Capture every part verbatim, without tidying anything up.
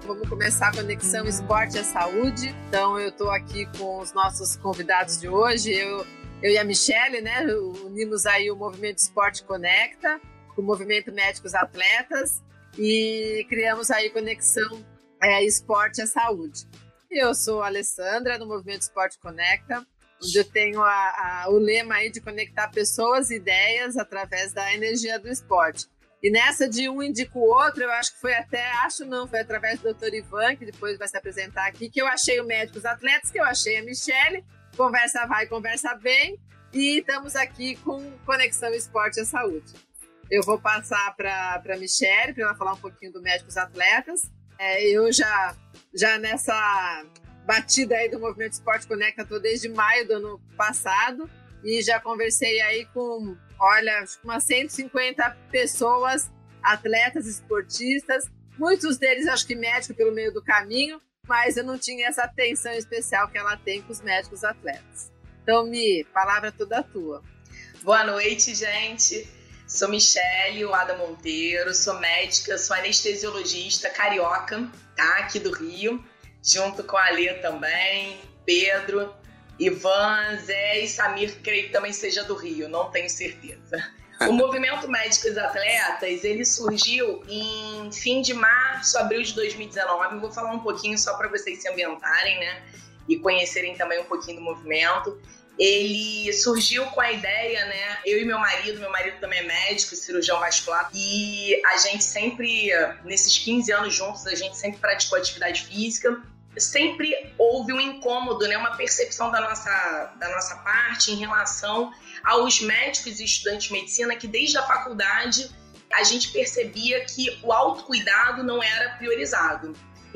Vamos começar a Conexão Esporte à Saúde. Então, eu estou aqui com os nossos convidados de hoje. Eu, eu e a Michele, né, unimos aí o Movimento Esporte Conecta, o Movimento Médicos Atletas, e criamos aí Conexão é, Esporte à Saúde. Eu sou a Alessandra, do Movimento Esporte Conecta, onde eu tenho a, a, o lema aí de conectar pessoas e ideias através da energia do esporte. E nessa de um indica o outro, eu acho que foi até, acho não, foi através do doutor Ivan, que depois vai se apresentar aqui, que eu achei o Médicos Atletas, que eu achei a Michele, conversa vai, conversa bem, e estamos aqui com Conexão Esporte à Saúde. Eu vou passar para a Michele, para ela falar um pouquinho do Médicos Atletas. É, eu já, já nessa batida aí do Movimento Esporte Conecta, estou desde maio do ano passado, e já conversei aí com... Olha, acho que umas cento e cinquenta pessoas, atletas, esportistas, muitos deles acho que médicos pelo meio do caminho, mas eu não tinha essa atenção especial que ela tem com os médicos atletas. Então, Mi, palavra toda tua. Boa noite, gente. Sou Michele Wada Monteiro, sou médica, sou anestesiologista carioca, tá? Aqui do Rio, junto com a Alê também, Pedro, Ivan, Zé e Samir, creio que também seja do Rio, não tenho certeza. O Movimento Médicos Atletas, ele surgiu em fim de março, abril de dois mil e dezenove. Eu vou falar um pouquinho só para vocês se ambientarem, né? E conhecerem também um pouquinho do movimento. Ele surgiu com a ideia, né? Eu e meu marido, meu marido também é médico, cirurgião vascular, e a gente sempre, nesses quinze anos juntos, a gente sempre praticou atividade física. Sempre houve um incômodo, né, uma percepção da nossa, da nossa parte em relação aos médicos e estudantes de medicina, que desde a faculdade a gente percebia que o autocuidado não era priorizado.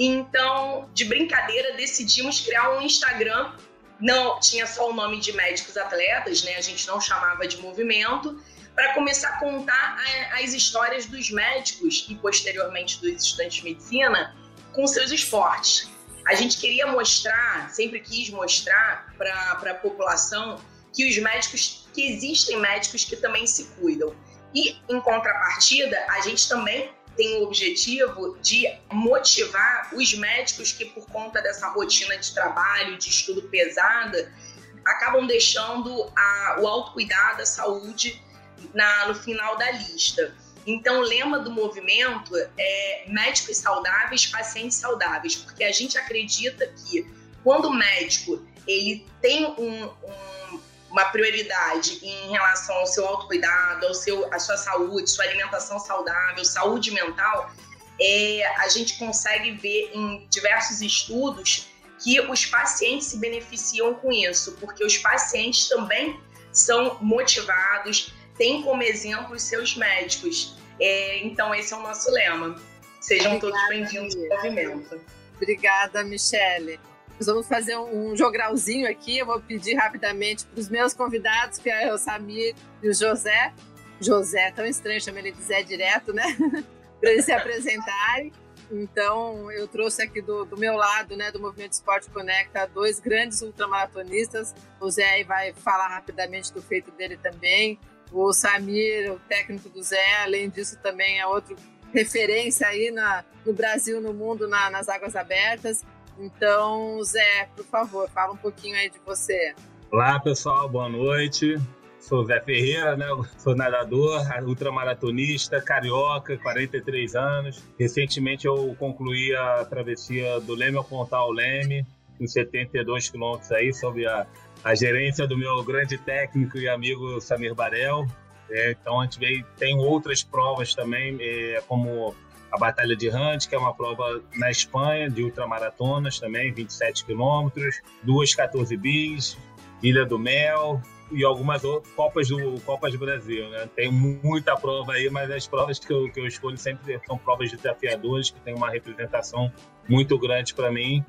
Então, de brincadeira, decidimos criar um Instagram. Não tinha só o nome de Médicos Atletas, né, a gente não chamava de movimento, para começar a contar a, as histórias dos médicos e posteriormente dos estudantes de medicina com seus esportes. A gente queria mostrar, sempre quis mostrar para a população que os médicos, que existem médicos que também se cuidam. E, em contrapartida, a gente também tem o objetivo de motivar os médicos que, por conta dessa rotina de trabalho, de estudo pesada, acabam deixando a, o autocuidado, a saúde na, no final da lista. Então, o lema do movimento é médicos saudáveis, pacientes saudáveis, porque a gente acredita que quando o médico ele tem um, um, uma prioridade em relação ao seu autocuidado, ao seu, à sua saúde, sua alimentação saudável, saúde mental, é, a gente consegue ver em diversos estudos que os pacientes se beneficiam com isso, porque os pacientes também são motivados, tem como exemplo os seus médicos. É, então, esse é o nosso lema. Sejam Obrigada, todos bem-vindos ao movimento. Obrigada, Michele. Nós vamos fazer um, um jogralzinho aqui. Eu vou pedir rapidamente para os meus convidados, que é o Samir e o José. José, tão estranho chamar ele de Zé direto, né? Para eles se apresentarem. Então, eu trouxe aqui do, do meu lado, né, do Movimento Esporte Conecta, dois grandes ultramaratonistas. O Zé aí vai falar rapidamente do feito dele também. O Samir, o técnico do Zé, além disso também é outro referência aí na, no Brasil, no mundo, na, nas águas abertas. Então, Zé, por favor, fala um pouquinho aí de você. Olá, pessoal, boa noite. Sou Zé Ferreira, né? Sou nadador, ultramaratonista, carioca, quarenta e três anos. Recentemente eu concluí a travessia do Leme ao Pontal Leme, em setenta e dois quilômetros aí, sob a a gerência do meu grande técnico e amigo Samir Barel. É, então, a gente veio, tem outras provas também, é, como a Batalha de Hunt, que é uma prova na Espanha, de ultramaratonas também, vinte e sete quilômetros, duas quatorze bis, Ilha do Mel e algumas outras, Copas do, Copas do Brasil, né? Tem muita prova aí, mas as provas que eu, que eu escolho sempre são provas desafiadoras, que tem uma representação muito grande para mim,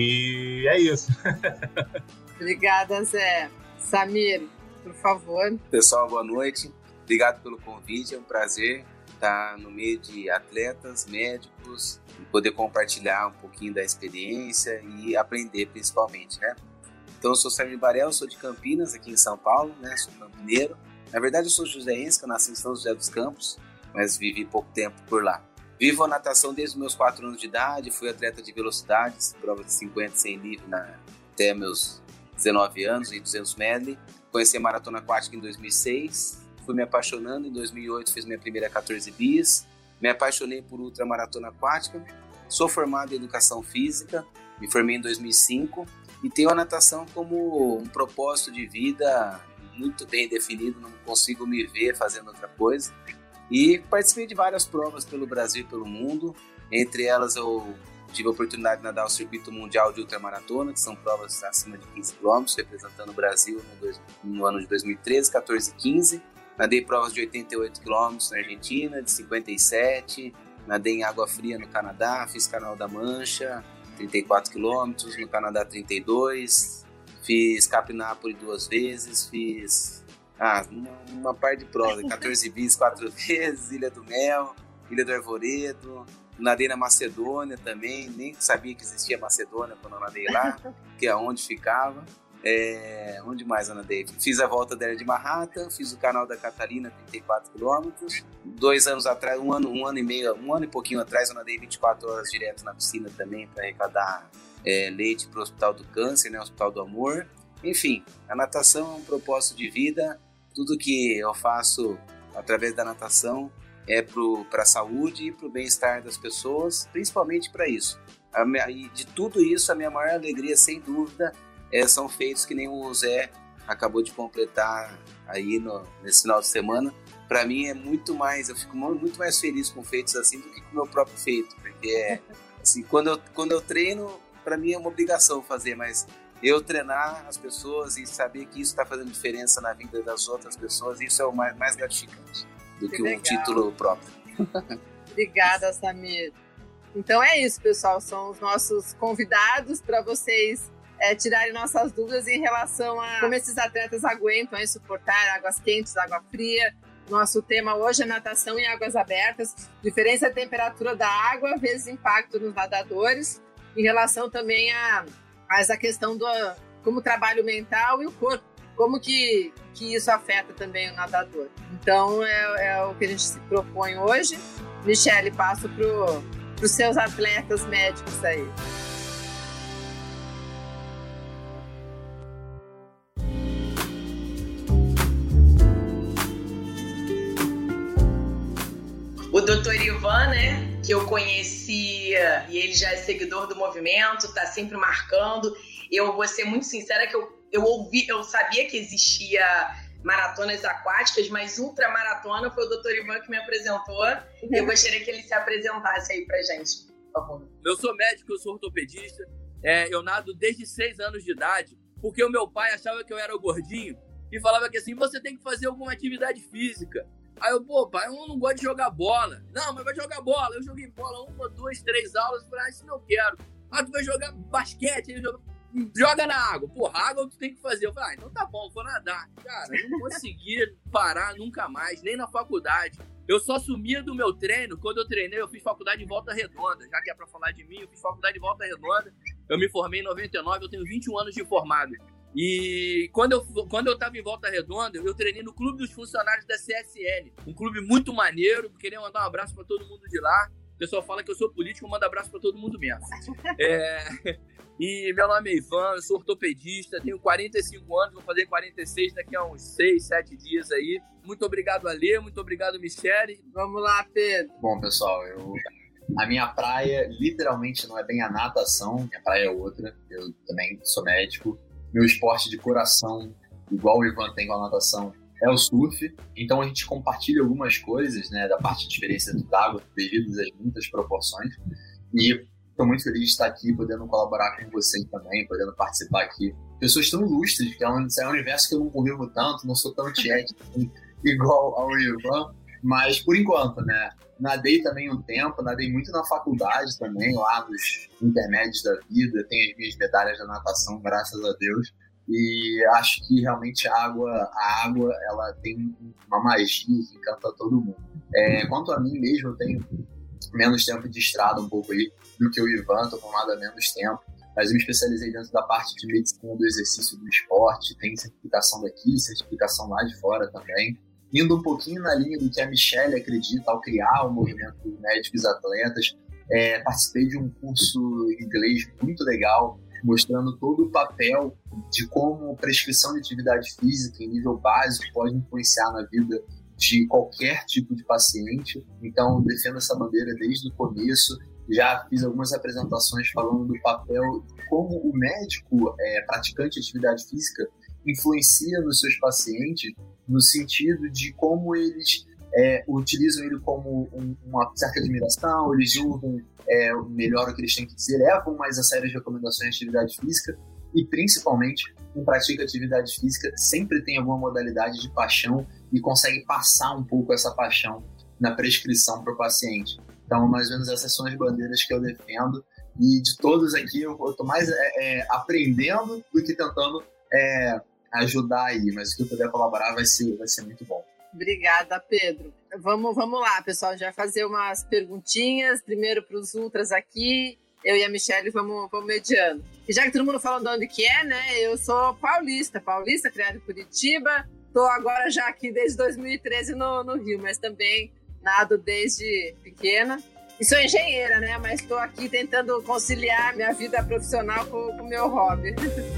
e é isso. Obrigada, Zé. Samir, por favor. Pessoal, boa noite. Obrigado pelo convite. É um prazer estar no meio de atletas, médicos, e poder compartilhar um pouquinho da experiência e aprender principalmente, né? Então, eu sou Samir Barel, sou de Campinas, aqui em São Paulo, né? Sou campineiro. Na verdade, eu sou joseense, que eu nasci em São José dos Campos, mas vivi pouco tempo por lá. Vivo a natação desde os meus quatro anos de idade, fui atleta de velocidades, provas de cinquenta e cem livre na, até meus dezenove anos, e duzentos medley. Conheci a maratona aquática em dois mil e seis, fui me apaixonando, em dois mil e oito fiz minha primeira quatorze bis, me apaixonei por ultramaratona aquática, sou formado em educação física, me formei em dois mil e cinco e tenho a natação como um propósito de vida muito bem definido, não consigo me ver fazendo outra coisa. E participei de várias provas pelo Brasil e pelo mundo. Entre elas eu tive a oportunidade de nadar o circuito mundial de ultramaratona, que são provas acima de quinze quilômetros, representando o Brasil no, dois, no ano de dois mil e treze, quatorze e quinze. Nadei provas de oitenta e oito quilômetros na Argentina, de cinquenta e sete. Nadei em água fria no Canadá, fiz Canal da Mancha, trinta e quatro quilômetros, no Canadá trinta e dois. Fiz Cap Napoli duas vezes, fiz... Ah, uma, uma par de provas, quatorze bis quatro vezes, Ilha do Mel, Ilha do Arvoredo, nadei na Macedônia também, nem sabia que existia Macedônia quando eu nadei lá, que é onde ficava. É, onde mais eu nadei? Fiz a volta da Ilha de Manhattan, fiz o Canal da Catarina, trinta e quatro quilômetros. Dois anos atrás, um ano, um ano e meio, um ano e pouquinho atrás, eu nadei vinte e quatro horas direto na piscina também para arrecadar é, leite para o Hospital do Câncer, né, Hospital do Amor. Enfim, a natação é um propósito de vida. Tudo que eu faço através da natação é para a saúde e para o bem-estar das pessoas, principalmente para isso. A minha, e de tudo isso, a minha maior alegria, sem dúvida, é, são feitos que nem o Zé acabou de completar aí no, nesse final de semana. Para mim é muito mais, eu fico muito mais feliz com feitos assim do que com o meu próprio feito, porque assim, quando, eu, quando eu treino, para mim é uma obrigação fazer, mas... eu treinar as pessoas e saber que isso está fazendo diferença na vida das outras pessoas, isso é o mais, mais gratificante do que, que um título próprio. Obrigada, Samir. Então é isso, pessoal, são os nossos convidados para vocês é, tirarem nossas dúvidas em relação a como esses atletas aguentam aí, suportar águas quentes, água fria. Nosso tema hoje é natação em águas abertas, diferença da temperatura da água vezes impacto nos nadadores, em relação também a mas a questão do como o trabalho mental e o corpo, como que, que isso afeta também o nadador. Então, é, é o que a gente se propõe hoje. Michele, passo para os seus atletas médicos aí. O doutor Ivan, né, que eu conhecia, e ele já é seguidor do movimento, tá sempre marcando. Eu vou ser muito sincera que eu, eu ouvi, eu sabia que existia maratonas aquáticas, mas ultramaratona foi o doutor Ivan que me apresentou. Uhum. Eu gostaria que ele se apresentasse aí pra gente, por favor. Eu sou médico, eu sou ortopedista, é, eu nado desde seis anos de idade, porque o meu pai achava que eu era o gordinho e falava que assim, você tem que fazer alguma atividade física. Aí eu, pô, pai, eu não gosto de jogar bola. Não, mas vai jogar bola. Eu joguei bola uma, duas, três aulas. Eu falei, ah, isso não quero. Ah, tu vai jogar basquete. Aí eu jogo... Joga na água. Porra, água tu tem que fazer. Eu falei, ah, então tá bom, vou nadar. Cara, eu não consegui parar nunca mais, nem na faculdade. Eu só sumia do meu treino. Quando eu treinei, eu fiz faculdade em Volta Redonda. Já que é pra falar de mim, eu fiz faculdade em Volta Redonda. Eu me formei em noventa e nove, eu tenho vinte e um anos de formado. E quando eu, quando eu tava em Volta Redonda, eu treinei no Clube dos Funcionários da C S N. Um clube muito maneiro, queria mandar um abraço pra todo mundo de lá. O pessoal fala que eu sou político, eu mando abraço pra todo mundo mesmo. É, e meu nome é Ivan, eu sou ortopedista, tenho quarenta e cinco anos, vou fazer quarenta e seis daqui a uns seis, sete dias aí. Muito obrigado, Alê, muito obrigado, Michele. Vamos lá, Pedro. Bom, pessoal, eu... a minha praia literalmente não é bem a natação, minha praia é outra, eu também sou médico. Meu esporte de coração, igual o Ivan tem com a natação, é o surf. Então a gente compartilha algumas coisas, né, da parte de experiência da água, devido às muitas proporções. E estou muito feliz de estar aqui, podendo colaborar com vocês também, podendo participar aqui. Pessoas tão ilustres, que é um, é um universo que eu não convivo tanto, não sou tão tiete igual ao Ivan. Mas por enquanto, né? Nadei também um tempo, nadei muito na faculdade também, lá nos intermédios da vida, tenho as minhas medalhas da natação, graças a Deus, e acho que realmente a água, a água ela tem uma magia que encanta todo mundo. É, quanto a mim mesmo, eu tenho menos tempo de estrada um pouco aí do que o Ivan, estou formado há menos tempo, mas eu me especializei dentro da parte de medicina do exercício do esporte, tem certificação daqui, certificação lá de fora também. indo um pouquinho na linha do que a Michelle acredita ao criar o movimento Médicos Atletas, é, participei de um curso em inglês muito legal, mostrando todo o papel de como prescrição de atividade física em nível básico pode influenciar na vida de qualquer tipo de paciente. Então, defendo essa bandeira desde o começo. Já fiz algumas apresentações falando do papel de como o médico é, praticante de atividade física influencia nos seus pacientes, no sentido de como eles é, utilizam ele como um, uma certa admiração, eles ouvem é, melhor o que eles têm que dizer, levam mais a sério as recomendações de atividade física e, principalmente, quem pratica atividade física sempre tem alguma modalidade de paixão e consegue passar um pouco essa paixão na prescrição para o paciente. Então, mais ou menos, essas são as bandeiras que eu defendo e de todos aqui eu estou mais é, é, aprendendo do que tentando é, ajudar aí, mas o que eu puder colaborar vai ser, vai ser muito bom. Obrigada, Pedro. Vamos, vamos lá, pessoal, a gente vai fazer umas perguntinhas, primeiro para os ultras aqui, eu e a Michelle vamos, vamos mediando. E já que todo mundo falando de onde que é, né, eu sou paulista, paulista, criada em Curitiba, estou agora já aqui desde dois mil e treze no, no Rio, mas também nado desde pequena. E sou engenheira, né, mas estou aqui tentando conciliar minha vida profissional com o meu hobby.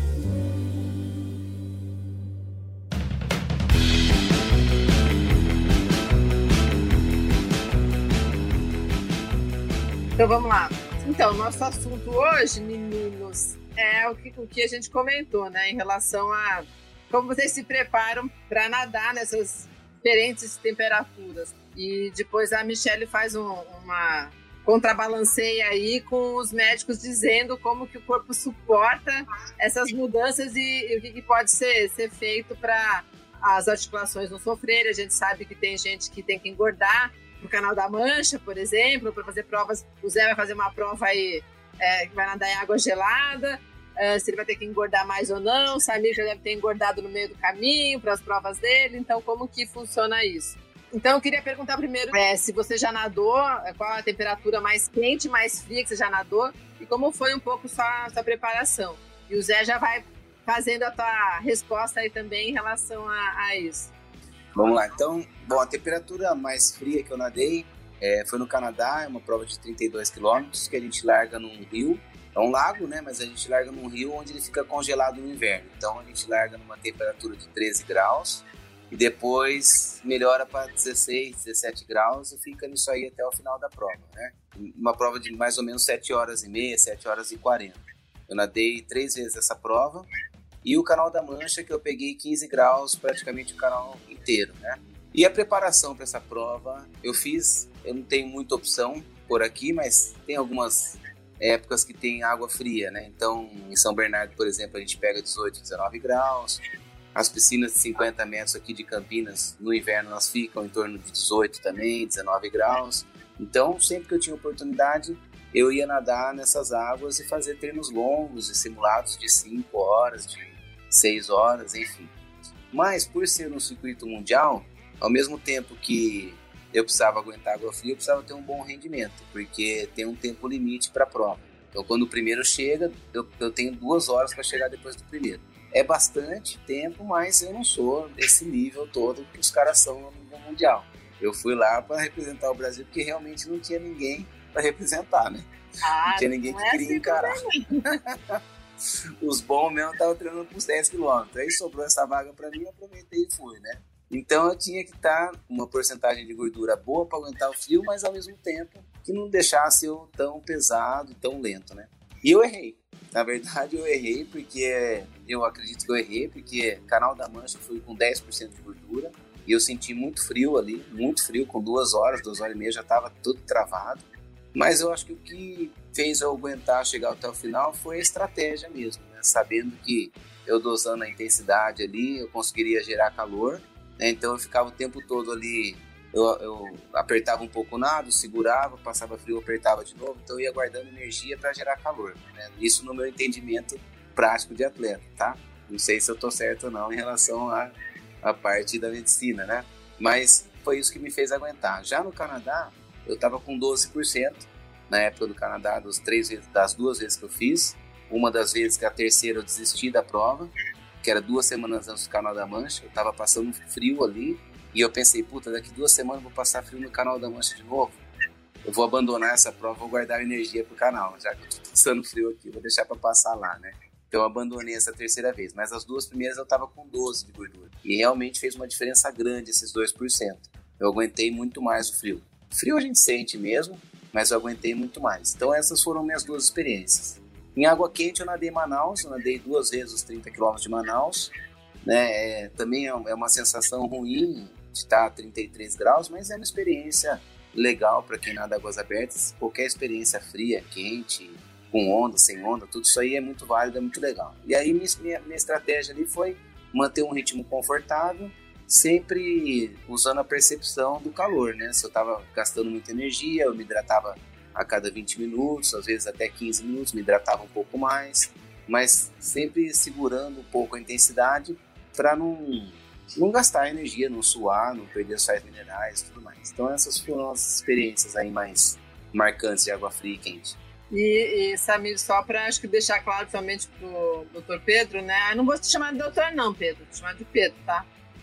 Então vamos lá. Então, nosso assunto hoje, meninos, é o que, o que a gente comentou, né? Em relação a como vocês se preparam para nadar nessas diferentes temperaturas. E depois a Michelle faz um, uma contrabalanceia aí com os médicos dizendo como que o corpo suporta essas mudanças e, e o que, que pode ser, ser feito para as articulações não sofrerem. A gente sabe que tem gente que tem que engordar, no Canal da Mancha, por exemplo, para fazer provas. O Zé vai fazer uma prova aí é, que vai nadar em água gelada, é, se ele vai ter que engordar mais ou não. O Samir já deve ter engordado no meio do caminho para as provas dele, então como que funciona isso? Então eu queria perguntar primeiro é, se você já nadou, qual a temperatura mais quente, mais fria que você já nadou e como foi um pouco sua, sua preparação. E o Zé já vai fazendo a tua resposta aí também em relação a, a isso. Vamos lá, então, bom, a temperatura mais fria que eu nadei é, foi no Canadá, é uma prova de trinta e dois quilômetros que a gente larga num rio, é um lago, né, mas a gente larga num rio onde ele fica congelado no inverno, então a gente larga numa temperatura de treze graus e depois melhora para dezesseis, dezessete graus e fica nisso aí até o final da prova, né, uma prova de mais ou menos sete horas e meia, sete horas e quarenta. Eu nadei três vezes essa prova. E o Canal da Mancha, que eu peguei quinze graus, praticamente o canal inteiro, né? E a preparação para essa prova, eu fiz, eu não tenho muita opção por aqui, mas tem algumas épocas que tem água fria, né? Então, em São Bernardo, por exemplo, a gente pega dezoito, dezenove graus. As piscinas de cinquenta metros aqui de Campinas, no inverno, elas ficam em torno de dezoito também, dezenove graus. Então, sempre que eu tinha oportunidade, eu ia nadar nessas águas e fazer treinos longos e simulados de cinco horas, de seis horas, enfim. Mas, por ser um circuito mundial, ao mesmo tempo que eu precisava aguentar água fria, eu precisava ter um bom rendimento, porque tem um tempo limite para a prova. Então, quando o primeiro chega, eu, eu tenho duas horas para chegar depois do primeiro. É bastante tempo, mas eu não sou desse nível todo que os caras são no nível mundial. Eu fui lá para representar o Brasil, porque realmente não tinha ninguém para representar, né? Ah, não tinha ninguém que queria encarar. Os bons mesmo estavam treinando por uns dez quilômetros. Aí sobrou essa vaga para mim, eu aproveitei e fui, né? Então eu tinha que estar com uma porcentagem de gordura boa para aguentar o frio, mas ao mesmo tempo que não deixasse eu tão pesado, tão lento, né? E eu errei. Na verdade eu errei porque eu acredito que eu errei porque Canal da Mancha foi com dez por cento de gordura e eu senti muito frio ali, muito frio, com duas horas, duas horas e meia já estava tudo travado. Mas eu acho que o que fez eu aguentar chegar até o final foi a estratégia mesmo, né? Sabendo que eu dosando a intensidade ali, eu conseguiria gerar calor, né? Então eu ficava o tempo todo ali, eu, eu apertava um pouco o nado, segurava, passava frio, apertava de novo, então eu ia guardando energia para gerar calor, né? Isso no meu entendimento prático de atleta, tá? Não sei se eu tô certo ou não em relação à, à parte da medicina, né? Mas foi isso que me fez aguentar. Já no Canadá, eu estava com doze por cento na época do Canadá, das, três vezes, das duas vezes que eu fiz. Uma das vezes que a terceira eu desisti da prova, que era duas semanas antes do Canal da Mancha. Eu estava passando frio ali E eu pensei, puta, daqui duas semanas eu vou passar frio no Canal da Mancha de novo. Eu vou abandonar essa prova, vou guardar energia pro canal, já que eu tô passando frio aqui, vou deixar pra passar lá, né? Então eu abandonei essa terceira vez, mas as duas primeiras eu tava com doze de gordura. E realmente fez uma diferença grande esses dois por cento. Eu aguentei muito mais o frio. Frio a gente sente mesmo, mas eu aguentei muito mais. Então essas foram minhas duas experiências. Em água quente eu nadei em Manaus, eu nadei duas vezes os trinta quilômetros de Manaus. Né? É, também é uma sensação ruim de estar a trinta e três graus, mas é uma experiência legal para quem nada águas abertas. Qualquer experiência fria, quente, com onda, sem onda, tudo isso aí é muito válido, é muito legal. E aí minha, minha estratégia ali foi manter um ritmo confortável, sempre usando a percepção do calor, né? Se eu estava gastando muita energia, eu me hidratava a cada vinte minutos, às vezes até quinze minutos, me hidratava um pouco mais, mas sempre segurando um pouco a intensidade para não, não gastar energia, não suar, não perder sais minerais e tudo mais. Então essas foram as experiências aí mais marcantes de água fria e quente. E, e Samir, só para acho que deixar claro somente pro doutor Pedro, né? Eu não vou te chamar de doutor não, Pedro, vou te chamar de Pedro, tá?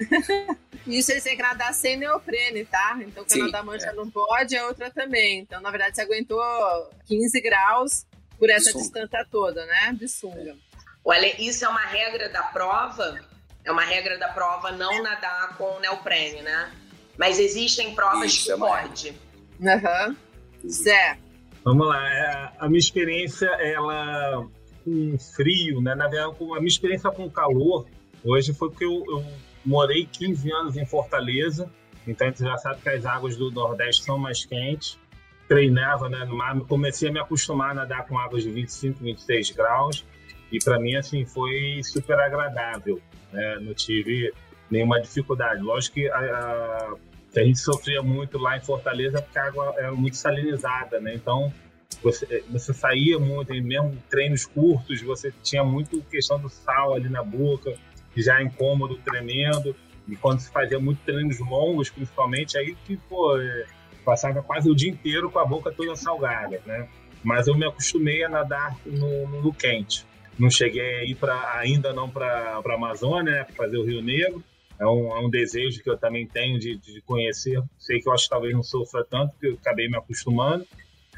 Isso eles têm que nadar sem neoprene, tá? Então o Canal da Mancha é. não pode, a outra também. Então, na verdade, você aguentou quinze graus por essa distância toda, né? De sunga. Olha, isso é uma regra da prova? É uma regra da prova não nadar com neoprene, né? Mas existem provas isso, que é pode. Aham. Uhum. Zé. Vamos lá. A minha experiência, ela com frio, né? Na verdade, a minha experiência com calor, hoje foi porque eu, eu morei quinze anos em Fortaleza, então a gente já sabe que as águas do Nordeste são mais quentes. Treinava, né, no mar, comecei a me acostumar a nadar com águas de vinte e cinco, vinte e seis graus, e para mim, assim, foi super agradável, né? Não tive nenhuma dificuldade. Lógico que a, a, a gente sofria muito lá em Fortaleza porque a água era muito salinizada, né? Então, você, você saía muito, mesmo treinos curtos, você tinha muito questão do sal ali na boca, já incômodo, tremendo, e quando se fazia muito treinos longos, principalmente, aí que, pô, passava quase o dia inteiro com a boca toda salgada, né? Mas eu me acostumei a nadar no, no quente. Não cheguei a ir pra, ainda não para a Amazônia, né, para fazer o Rio Negro. É um, é um desejo que eu também tenho de, de conhecer. Sei que eu acho que talvez não sofra tanto, porque eu acabei me acostumando.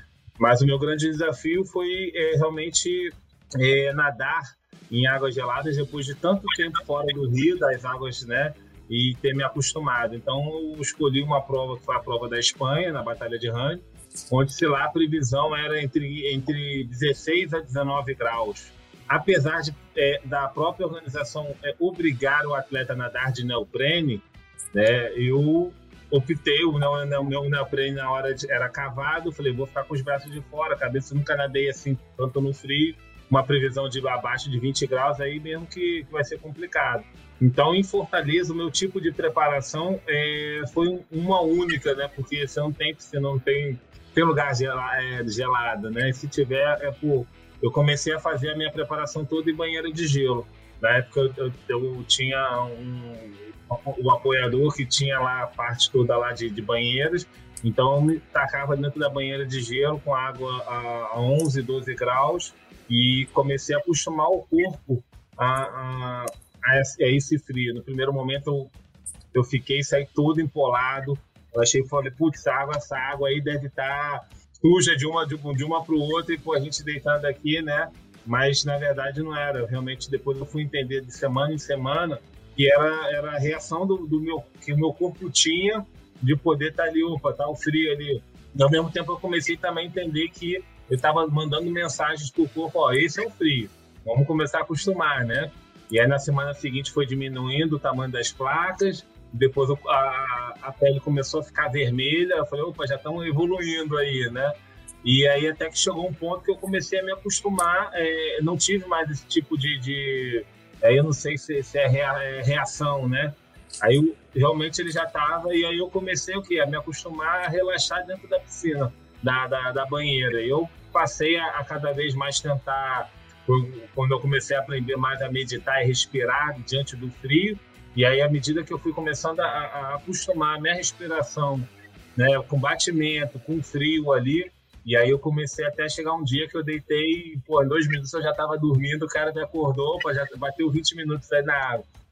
Mas o meu grande desafio foi é, realmente é, nadar em águas geladas depois de tanto tempo fora do rio, das águas, né, e ter me acostumado. Então eu escolhi uma prova que foi a prova da Espanha, na Batalha de Rani, onde se lá a previsão era entre, entre dezesseis a dezenove graus. Apesar de, é, da própria organização é, obrigar o atleta a nadar de neoprene, né, eu optei, o meu, meu neoprene na hora de, era cavado, falei, vou ficar com os braços de fora, a cabeça nunca nadei assim, tanto no frio, uma previsão de abaixo de vinte graus, aí mesmo que, que vai ser complicado. Então, em Fortaleza, o meu tipo de preparação é, foi uma única, né, porque você não tem, você não tem, tem lugar gelado, é, gelado, né, e se tiver, é por... Eu comecei a fazer a minha preparação toda em banheira de gelo. Na época, eu, eu, eu tinha um, um apoiador que tinha lá a parte toda lá de, de banheiras. Então, eu me tacava dentro da banheira de gelo com água a, a onze, doze graus e comecei a acostumar o corpo a, a, a, esse, a esse frio. No primeiro momento, eu, eu fiquei, saí todo empolado. Eu achei, falei, putz, essa água, essa água aí deve estar... suja de uma, de, de uma para o outro e pô, a gente deitando aqui, né? Mas na verdade não era. Realmente depois eu fui entender de semana em semana que era, era a reação do, do meu, que o meu corpo tinha de poder estar ali, opa, tá o frio ali. E ao mesmo tempo eu comecei também a entender que eu estava mandando mensagens para o corpo, ó, esse é o frio, vamos começar a acostumar, né? E aí na semana seguinte foi diminuindo o tamanho das placas, depois a, a pele começou a ficar vermelha, eu falei, opa, já estamos evoluindo aí, né? E aí até que chegou um ponto que eu comecei a me acostumar, é, não tive mais esse tipo de... de aí eu não sei se, se é, rea, é reação, né? Aí eu, realmente ele já estava, e aí eu comecei o quê? A me acostumar a relaxar dentro da piscina, da, da, da banheira. Eu passei a, a cada vez mais tentar, quando eu comecei a aprender mais a meditar e respirar diante do frio, e aí, à medida que eu fui começando a, a acostumar a minha respiração, né, com batimento, com frio ali, e aí eu comecei até a chegar um dia que eu deitei, pô, em dois minutos eu já estava dormindo, o cara me acordou, pô, já bateu vinte minutos aí na água.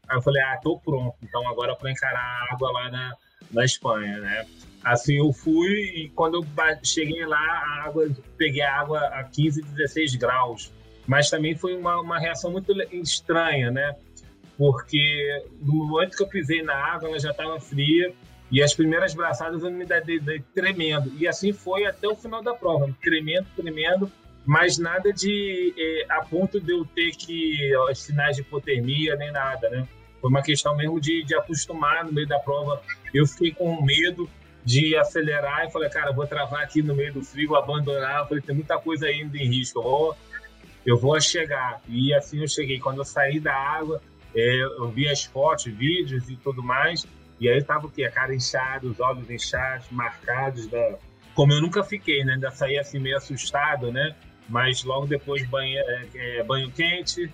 Aí eu falei, ah, tô pronto, então agora é para encarar a água lá na, na Espanha, né? Assim, eu fui e quando eu cheguei lá, a água, peguei a água a quinze, dezesseis graus. Mas também foi uma, uma reação muito estranha, né? Porque no momento que eu pisei na água, ela já estava fria e as primeiras braçadas eu me dei, dei tremendo. E assim foi até o final da prova, tremendo, tremendo, mas nada de eh, a ponto de eu ter que ó, sinais de hipotermia nem nada, né? Foi uma questão mesmo de, de acostumar no meio da prova. Eu fiquei com medo de acelerar e falei, cara, vou travar aqui no meio do frio, vou abandonar. Eu falei, tem muita coisa ainda em risco, eu vou, eu vou chegar. E assim eu cheguei. Quando eu saí da água, é, eu vi as fotos, vídeos e tudo mais, e aí tava o quê? A cara inchada, os olhos inchados, marcados, da... como eu nunca fiquei, né? Ainda saí assim meio assustado, né? Mas logo depois banho, é, banho quente,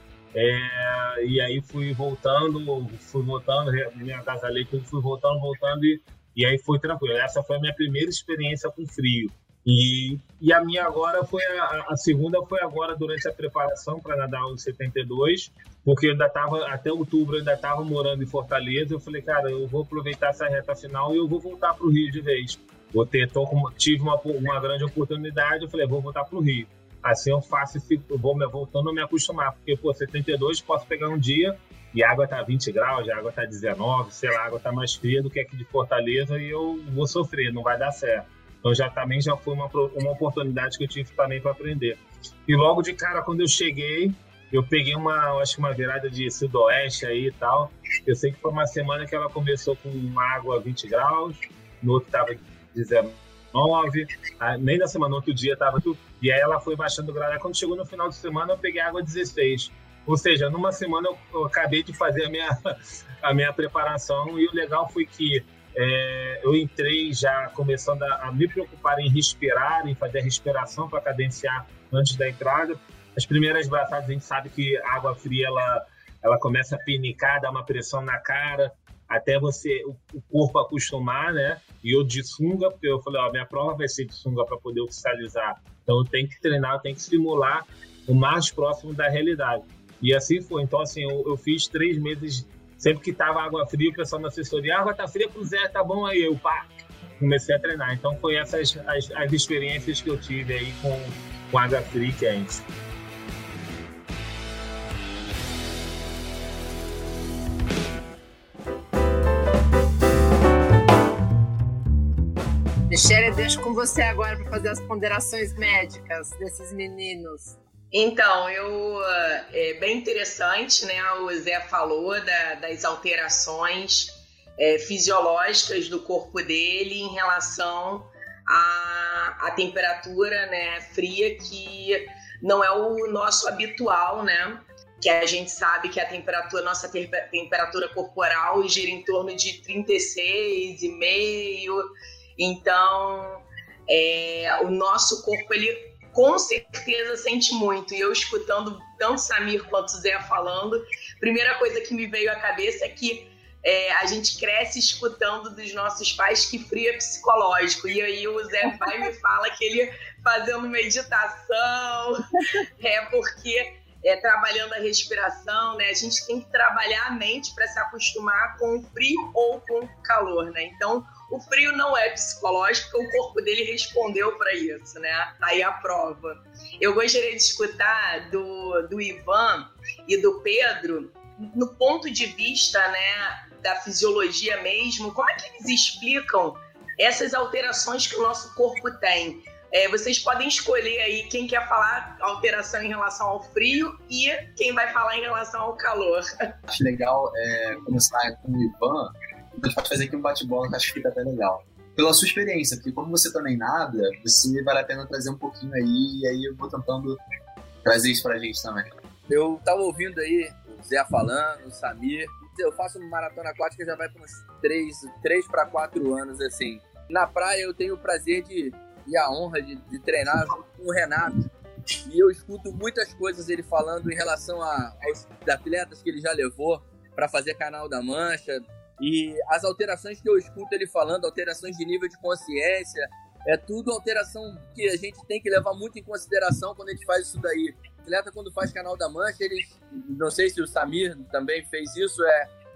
é, e aí fui voltando, fui voltando, me agasalhei tudo, fui voltando, voltando e E aí foi tranquilo. Essa foi a minha primeira experiência com frio. E, e a minha agora foi a, a segunda foi agora durante a preparação para nadar os setenta e dois, porque eu ainda estava, até outubro, eu ainda estava morando em Fortaleza. Eu falei, cara, eu vou aproveitar essa reta final e eu vou voltar para o Rio de vez. Vou ter, tô com, tive uma, uma grande oportunidade, eu falei, vou voltar para o Rio. Assim eu faço, eu vou me, voltando a me acostumar, porque, pô, setenta e dois posso pegar um dia e a água tá vinte graus, a água tá dezenove, sei lá, a água tá mais fria do que aqui de Fortaleza e eu vou sofrer, não vai dar certo. Então já também já foi uma, uma oportunidade que eu tive também para aprender. E logo de cara, quando eu cheguei, eu peguei uma, acho que uma virada de sudoeste aí e tal. Eu sei que foi uma semana que ela começou com água vinte graus, no outro tava dezenove, nem na semana, no outro dia tava tudo. E aí ela foi baixando o grau. Quando chegou no final de semana, eu peguei água dezesseis. Ou seja, numa semana eu, eu acabei de fazer a minha, a minha preparação, e o legal foi que é, eu entrei já começando a, a me preocupar em respirar, em fazer a respiração para cadenciar antes da entrada. As primeiras braçadas a gente sabe que a água fria ela, ela começa a pinicar, dá uma pressão na cara, até você, o, o corpo acostumar, né? E eu de sunga, porque eu falei, ó, minha prova vai ser de sunga para poder oficializar. Então eu tenho que treinar, eu tenho que simular o mais próximo da realidade. E assim foi. Então, assim, eu, eu fiz três meses, sempre que tava água fria, o pessoal na assessoria, a água tá fria pro Zé, tá bom aí. Eu, pá, comecei a treinar. Então, foi essas as, as experiências que eu tive aí com, com água fria e quente. Michele, deixo com você agora para fazer as ponderações médicas desses meninos. Então, eu, é bem interessante, né? O Zé falou da, das alterações é, fisiológicas do corpo dele em relação à, à temperatura, né, fria, que não é o nosso habitual, né? Que a gente sabe que a temperatura, nossa te- temperatura corporal gira em torno de trinta e seis vírgula cinco. Então, é, o nosso corpo, ele com certeza sente muito. E eu escutando tanto Samir quanto o Zé falando, a primeira coisa que me veio à cabeça é que é, a gente cresce escutando dos nossos pais que frio é psicológico. E aí o Zé vai e me fala que ele fazendo meditação, é porque é, trabalhando a respiração, né? A gente tem que trabalhar a mente para se acostumar com o frio ou com o calor, né? Então, o frio não é psicológico, o corpo dele respondeu para isso, né? Aí a prova. Eu gostaria de escutar do, do Ivan e do Pedro, no ponto de vista, né, da fisiologia mesmo, como é que eles explicam essas alterações que o nosso corpo tem? É, vocês podem escolher aí quem quer falar alteração em relação ao frio e quem vai falar em relação ao calor. Acho legal é, começar com o Ivan. A gente pode fazer aqui um bate-bola que acho que fica até legal. Pela sua experiência, porque como você também nada, você vale a pena trazer um pouquinho aí, e aí eu vou tentando trazer isso pra gente também. Eu tava ouvindo aí o Zé falando, o Samir. Eu faço uma maratona aquática já vai para uns três para quatro anos, assim. Na praia eu tenho o prazer de, e a honra de, de treinar com o Renato. E eu escuto muitas coisas ele falando em relação a, aos atletas que ele já levou para fazer Canal da Mancha. E as alterações que eu escuto ele falando, alterações de nível de consciência, é tudo alteração que a gente tem que levar muito em consideração quando a gente faz isso daí. O atleta, quando faz Canal da Mancha, eles, não sei se o Samir também fez isso, é,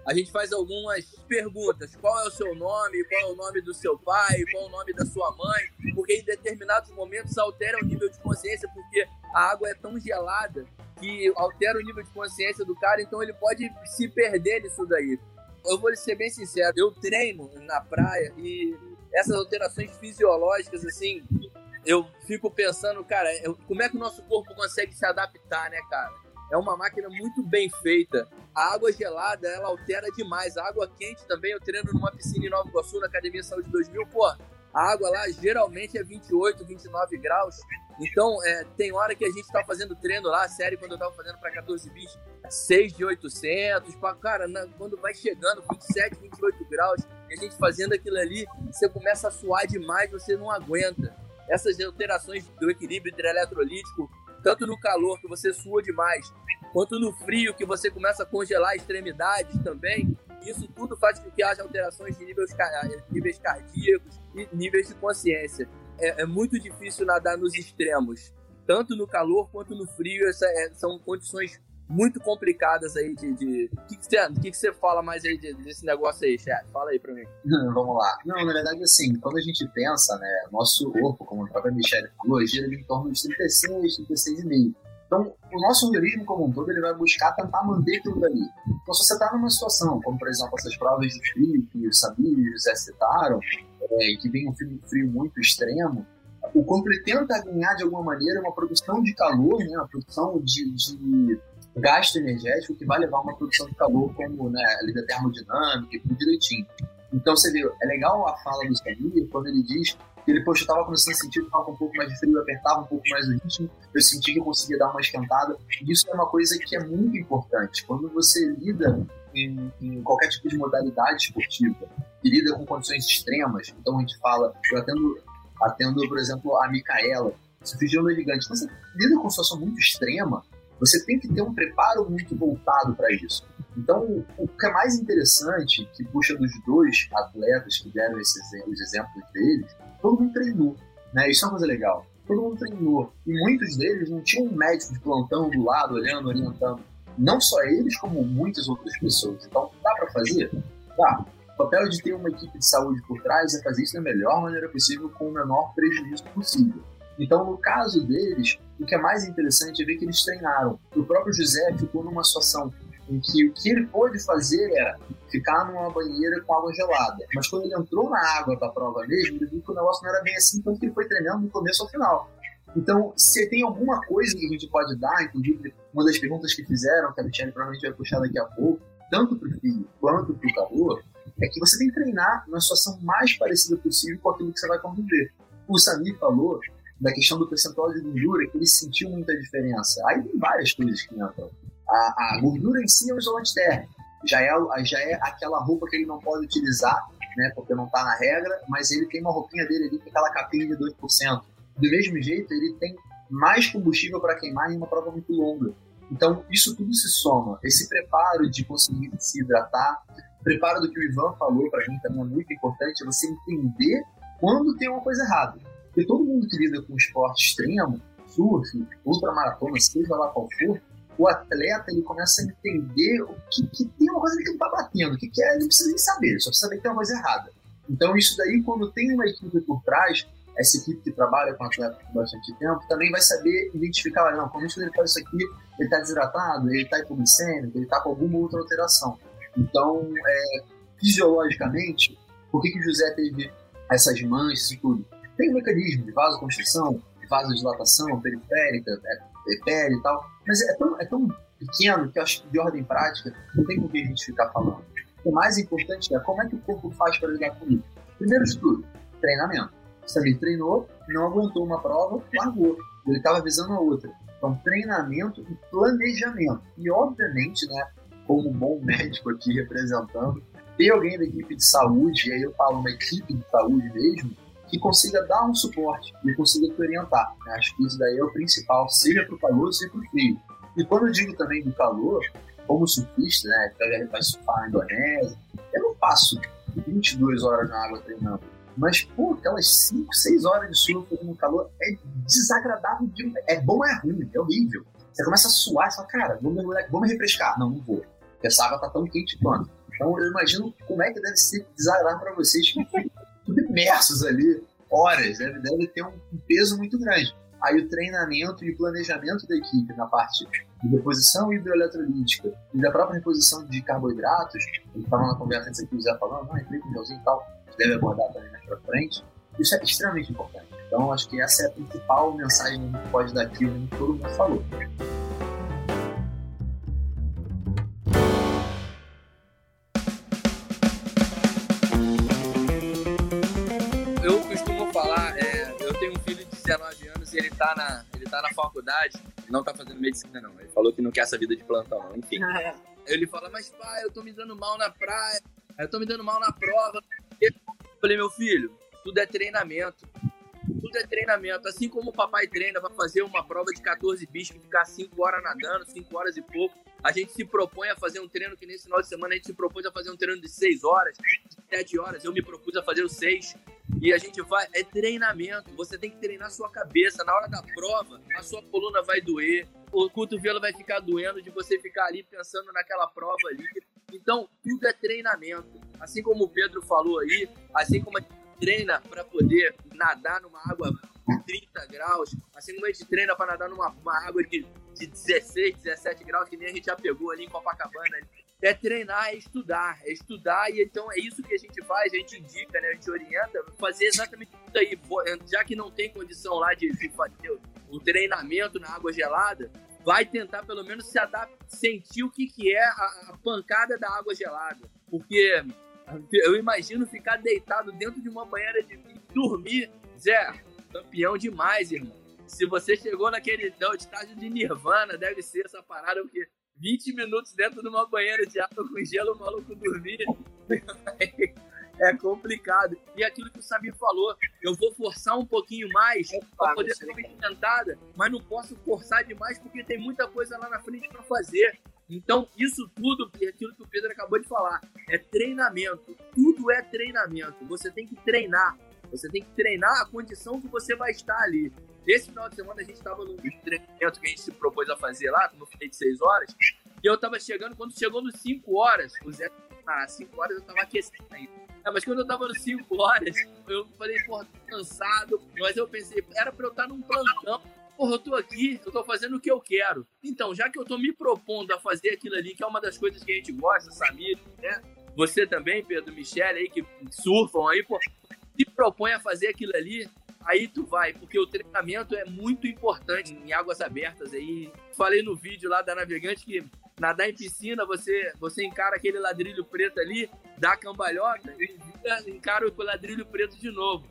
a gente faz algumas perguntas. Qual é o seu nome? Qual é o nome do seu pai? Qual é o nome da sua mãe? Porque em determinados momentos altera o nível de consciência, porque a água é tão gelada que altera o nível de consciência do cara, então ele pode se perder nisso daí. Eu vou ser bem sincero, eu treino na praia e essas alterações fisiológicas, assim, eu fico pensando, cara, eu, como é que o nosso corpo consegue se adaptar, né, cara? É uma máquina muito bem feita. A água gelada, ela altera demais. A água quente também, eu treino numa piscina em Nova Iguaçu, na Academia Saúde dois mil, pô, a água lá geralmente é vinte e oito, vinte e nove graus. Então, é, tem hora que a gente tá fazendo treino lá, sério, quando eu tava fazendo pra quatorze bichos, seis de oitocentos, pra, cara, na, quando vai chegando vinte e sete, vinte e oito graus, e a gente fazendo aquilo ali, você começa a suar demais, você não aguenta. Essas alterações do equilíbrio hidroeletrolítico, tanto no calor, que você sua demais, quanto no frio, que você começa a congelar extremidades também, isso tudo faz com que haja alterações de níveis, níveis cardíacos e níveis de consciência. É, é muito difícil nadar nos extremos, tanto no calor quanto no frio. Essa, é, são condições muito complicadas aí de... de... O que, que, você, que, que você fala mais aí de, desse negócio aí, chefe? Fala aí pra mim. Vamos lá. Não, na verdade, assim, quando a gente pensa, né, nosso corpo, como a própria Michelle falou, gira em torno de trinta e seis, trinta e seis vírgula cinco. Então, o nosso organismo como um todo, ele vai buscar tentar manter aquilo dali. Então, se você está numa situação, como, por exemplo, essas provas de frio que os Samir e o José citaram, é, que vem um frio, frio muito extremo, o corpo ele tenta ganhar, de alguma maneira, uma produção de calor, né, uma produção de... de gasto energético que vai levar a uma produção de calor como, né, a lei termodinâmica e tudo direitinho. Então você vê, é legal a fala do Samir quando ele diz que ele, poxa, eu estava começando a sentir que estava com um pouco mais de frio, eu apertava um pouco mais o ritmo, eu senti que eu conseguia dar uma esquentada. E isso é uma coisa que é muito importante. Quando você lida em, em qualquer tipo de modalidade esportiva, que lida com condições extremas, então a gente fala, eu atendo, atendo por exemplo, a Micaela, surfista gigante, quando você lida com uma situação muito extrema, você tem que ter um preparo muito voltado para isso. Então, o que é mais interessante, que puxa dos dois atletas que deram esses, os exemplos deles, todo mundo treinou, né? Isso é uma coisa legal. Todo mundo treinou. E muitos deles não tinham um médico de plantão do lado, olhando, orientando. Não só eles, como muitas outras pessoas. Então, dá para fazer? Dá. O papel de ter uma equipe de saúde por trás é fazer isso da melhor maneira possível, com o menor prejuízo possível. Então, no caso deles, o que é mais interessante é ver que eles treinaram. O próprio José ficou numa situação em que o que ele pôde fazer era ficar numa banheira com água gelada. Mas quando ele entrou na água para a prova mesmo, ele viu que o negócio não era bem assim, tanto que ele foi treinando do começo ao final. Então, se tem alguma coisa que a gente pode dar, inclusive uma das perguntas que fizeram, que a Michelle provavelmente vai puxar daqui a pouco, tanto para o frio quanto para o calor, é que você tem que treinar na situação mais parecida possível com aquilo que você vai conviver. O Samir falou da questão do percentual de gordura, que ele sentiu muita diferença. Aí tem várias coisas que entram. A, a gordura em si é um isolante térmico. Já é, já é aquela roupa que ele não pode utilizar, né, porque não está na regra, mas ele tem uma roupinha dele ali, com aquela capinha de dois por cento. Do mesmo jeito, ele tem mais combustível para queimar em uma prova muito longa. Então, isso tudo se soma. Esse preparo de conseguir se hidratar, preparo do que o Ivan falou para mim também é muito importante, é você entender quando tem uma coisa errada. Porque todo mundo que lida com esporte extremo, surf, ultramaratona, seja lá qual for, o atleta ele começa a entender o que, que tem uma coisa que não está batendo, o que, que é, ele não precisa nem saber, ele só precisa saber que tem uma coisa errada. Então isso daí, quando tem uma equipe por trás, essa equipe que trabalha com atleta por bastante tempo, também vai saber identificar, olha, não, quando ele faz isso aqui, ele está desidratado, ele está hipoglicêmico, ele está com alguma outra alteração. Então, é, fisiologicamente, por que, que o José teve essas manchas e tudo? Tem um mecanismo de vasoconstrição, de vasodilatação periférica, é, pele e tal, mas é tão, é tão pequeno que eu acho que de ordem prática não tem com que a gente ficar falando. O mais importante é como é que o corpo faz para lidar com isso. Primeiro de tudo, treinamento. O Samir treinou, não aguentou uma prova, largou. Ele estava visando a outra. Então, treinamento e planejamento. E, obviamente, né, como um bom médico aqui representando, ter alguém da equipe de saúde, e aí eu falo uma equipe de saúde mesmo, que consiga dar um suporte e consiga te orientar. Acho que isso daí é o principal, seja para o calor, seja para o frio. E quando eu digo também do calor, como surfista, né, que vai surfar na Indonésia, eu não passo vinte e duas horas na água treinando. Mas, pô, aquelas cinco, seis horas de surf no calor é desagradável. De... É bom, é ruim, é horrível. Você começa a suar e fala, cara, vou me, vou me refrescar. Não, não vou. Porque essa água tá tão quente quanto. Então eu imagino como é que deve ser desagradável para vocês, tudo imersos ali, horas, deve, deve ter um peso muito grande. Aí o treinamento e o planejamento da equipe na parte de reposição hidroeletrolítica e da própria reposição de carboidratos, ele estava na conversa antes aqui, o Zé falando, não, entrei com o gelzinho e tal, deve abordar também mais para frente. Isso é extremamente importante. Então, acho que essa é a principal mensagem que a gente pode dar aqui, o que todo mundo falou. Eu costumo falar, é, eu tenho um filho de dezenove anos e ele tá na, ele tá na faculdade, não tá fazendo medicina não, ele falou que não quer essa vida de plantão não, enfim. Ele fala, mas pai, eu tô me dando mal na praia, eu tô me dando mal na prova. Eu falei, meu filho, tudo é treinamento. Tudo é treinamento. Assim como o papai treina para fazer uma prova de quatorze bichos, ficar cinco horas nadando, cinco horas e pouco, a gente se propõe a fazer um treino que nesse final de semana a gente se propôs a fazer um treino de seis horas, de sete horas. Eu me propus a fazer os seis. E a gente vai... É treinamento. Você tem que treinar a sua cabeça. Na hora da prova, a sua coluna vai doer. O cotovelo vai ficar doendo de você ficar ali pensando naquela prova ali. Então, tudo é treinamento. Assim como o Pedro falou aí, assim como a gente treina para poder nadar numa água de trinta graus, assim como a gente treina para nadar numa água de, de dezesseis, dezessete graus, que nem a gente já pegou ali em Copacabana. É treinar, é estudar, é estudar, e então é isso que a gente faz, a gente indica, né, a gente orienta, fazer exatamente isso aí, já que não tem condição lá de, de fazer o treinamento na água gelada, vai tentar pelo menos se adaptar, sentir o que, que é a, a pancada da água gelada, porque eu imagino ficar deitado dentro de uma banheira de dormir. Zé, campeão demais, irmão. Se você chegou naquele estágio de Nirvana, deve ser essa parada, porque vinte minutos dentro de uma banheira de água com gelo, o maluco dormir. É complicado. E aquilo que o Samir falou, eu vou forçar um pouquinho mais para poder ser sustentada, mas não posso forçar demais porque tem muita coisa lá na frente para fazer. Então, isso tudo, e aquilo que o Pedro acabou de falar, é treinamento. Tudo é treinamento. Você tem que treinar. Você tem que treinar a condição que você vai estar ali. Esse final de semana a gente estava num treinamento que a gente se propôs a fazer lá, como eu falei de seis horas, e eu estava chegando, quando chegou nos cinco horas, o Zé, ah, cinco horas eu estava aquecendo ainda. É, mas quando eu estava nos cinco horas, eu falei, porra, tô cansado, mas eu pensei, era para eu estar num plantão. Porra, eu tô aqui, eu tô fazendo o que eu quero. Então, já que eu tô me propondo a fazer aquilo ali, que é uma das coisas que a gente gosta, Samir, né? Você também, Pedro, Michele aí, que surfam aí, pô, se propõe a fazer aquilo ali, aí tu vai, porque o treinamento é muito importante em águas abertas aí. Falei no vídeo lá da Navegante que nadar em piscina, você, você encara aquele ladrilho preto ali, dá a cambalhota e encara o ladrilho preto de novo.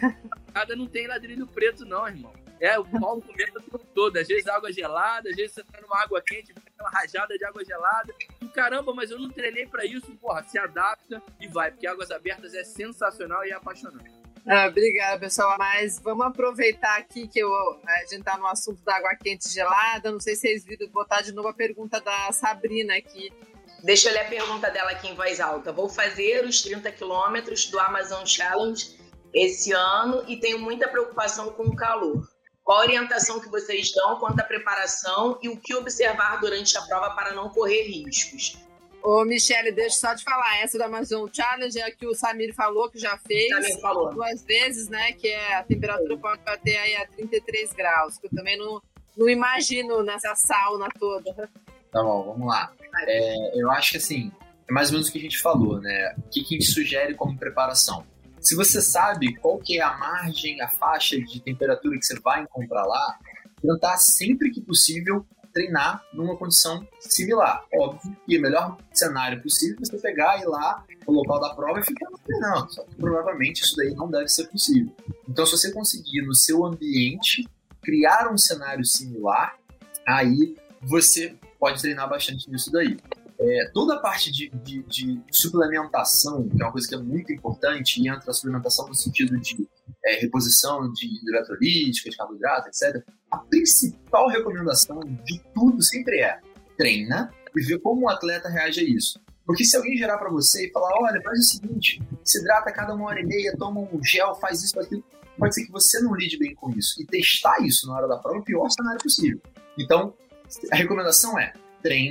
Nada não tem ladrilho preto não, irmão. É, o pau comendo o tempo todo. Às vezes água gelada, às vezes você tá numa água quente, aquela rajada de água gelada. E caramba, mas eu não treinei pra isso. Porra, se adapta e vai, porque Águas Abertas é sensacional e é apaixonante. Ah, obrigada, pessoal. Mas vamos aproveitar aqui que eu, a gente tá no assunto da água quente gelada. Não sei se vocês viram, botar de novo a pergunta da Sabrina aqui. Deixa eu ler a pergunta dela aqui em voz alta. Vou fazer os trinta quilômetros do Amazon Challenge esse ano e tenho muita preocupação com o calor. Qual a orientação que vocês dão quanto à preparação e o que observar durante a prova para não correr riscos? Ô, Michele, deixa eu só te falar, essa do Amazon Challenge é a que o Samir falou, que já fez Samir falou. duas vezes, né, que é a temperatura pode bater aí a trinta e três graus, que eu também não, não imagino nessa sauna toda. Tá bom, vamos lá. É, eu acho que assim, é mais ou menos o que a gente falou, né? O que, que a gente sugere como preparação? Se você sabe qual que é a margem, a faixa de temperatura que você vai encontrar lá, tentar sempre que possível treinar numa condição similar. Óbvio que o melhor cenário possível é você pegar e ir lá no local da prova e ficar treinando. Só que provavelmente isso daí não deve ser possível. Então, se você conseguir no seu ambiente criar um cenário similar, aí você pode treinar bastante nisso daí. É, toda a parte de, de, de suplementação, que é uma coisa que é muito importante, e entra a suplementação no sentido de é, reposição de eletrolítica, de carboidrato, etcétera. A principal recomendação de tudo sempre é treina e ver como o atleta reage a isso. Porque se alguém gerar para você e falar, olha, faz o seguinte, se hidrata a cada uma hora e meia, toma um gel, faz isso, faz aquilo, pode ser que você não lide bem com isso. E testar isso na hora da prova é o pior cenário possível. Então, a recomendação é treina,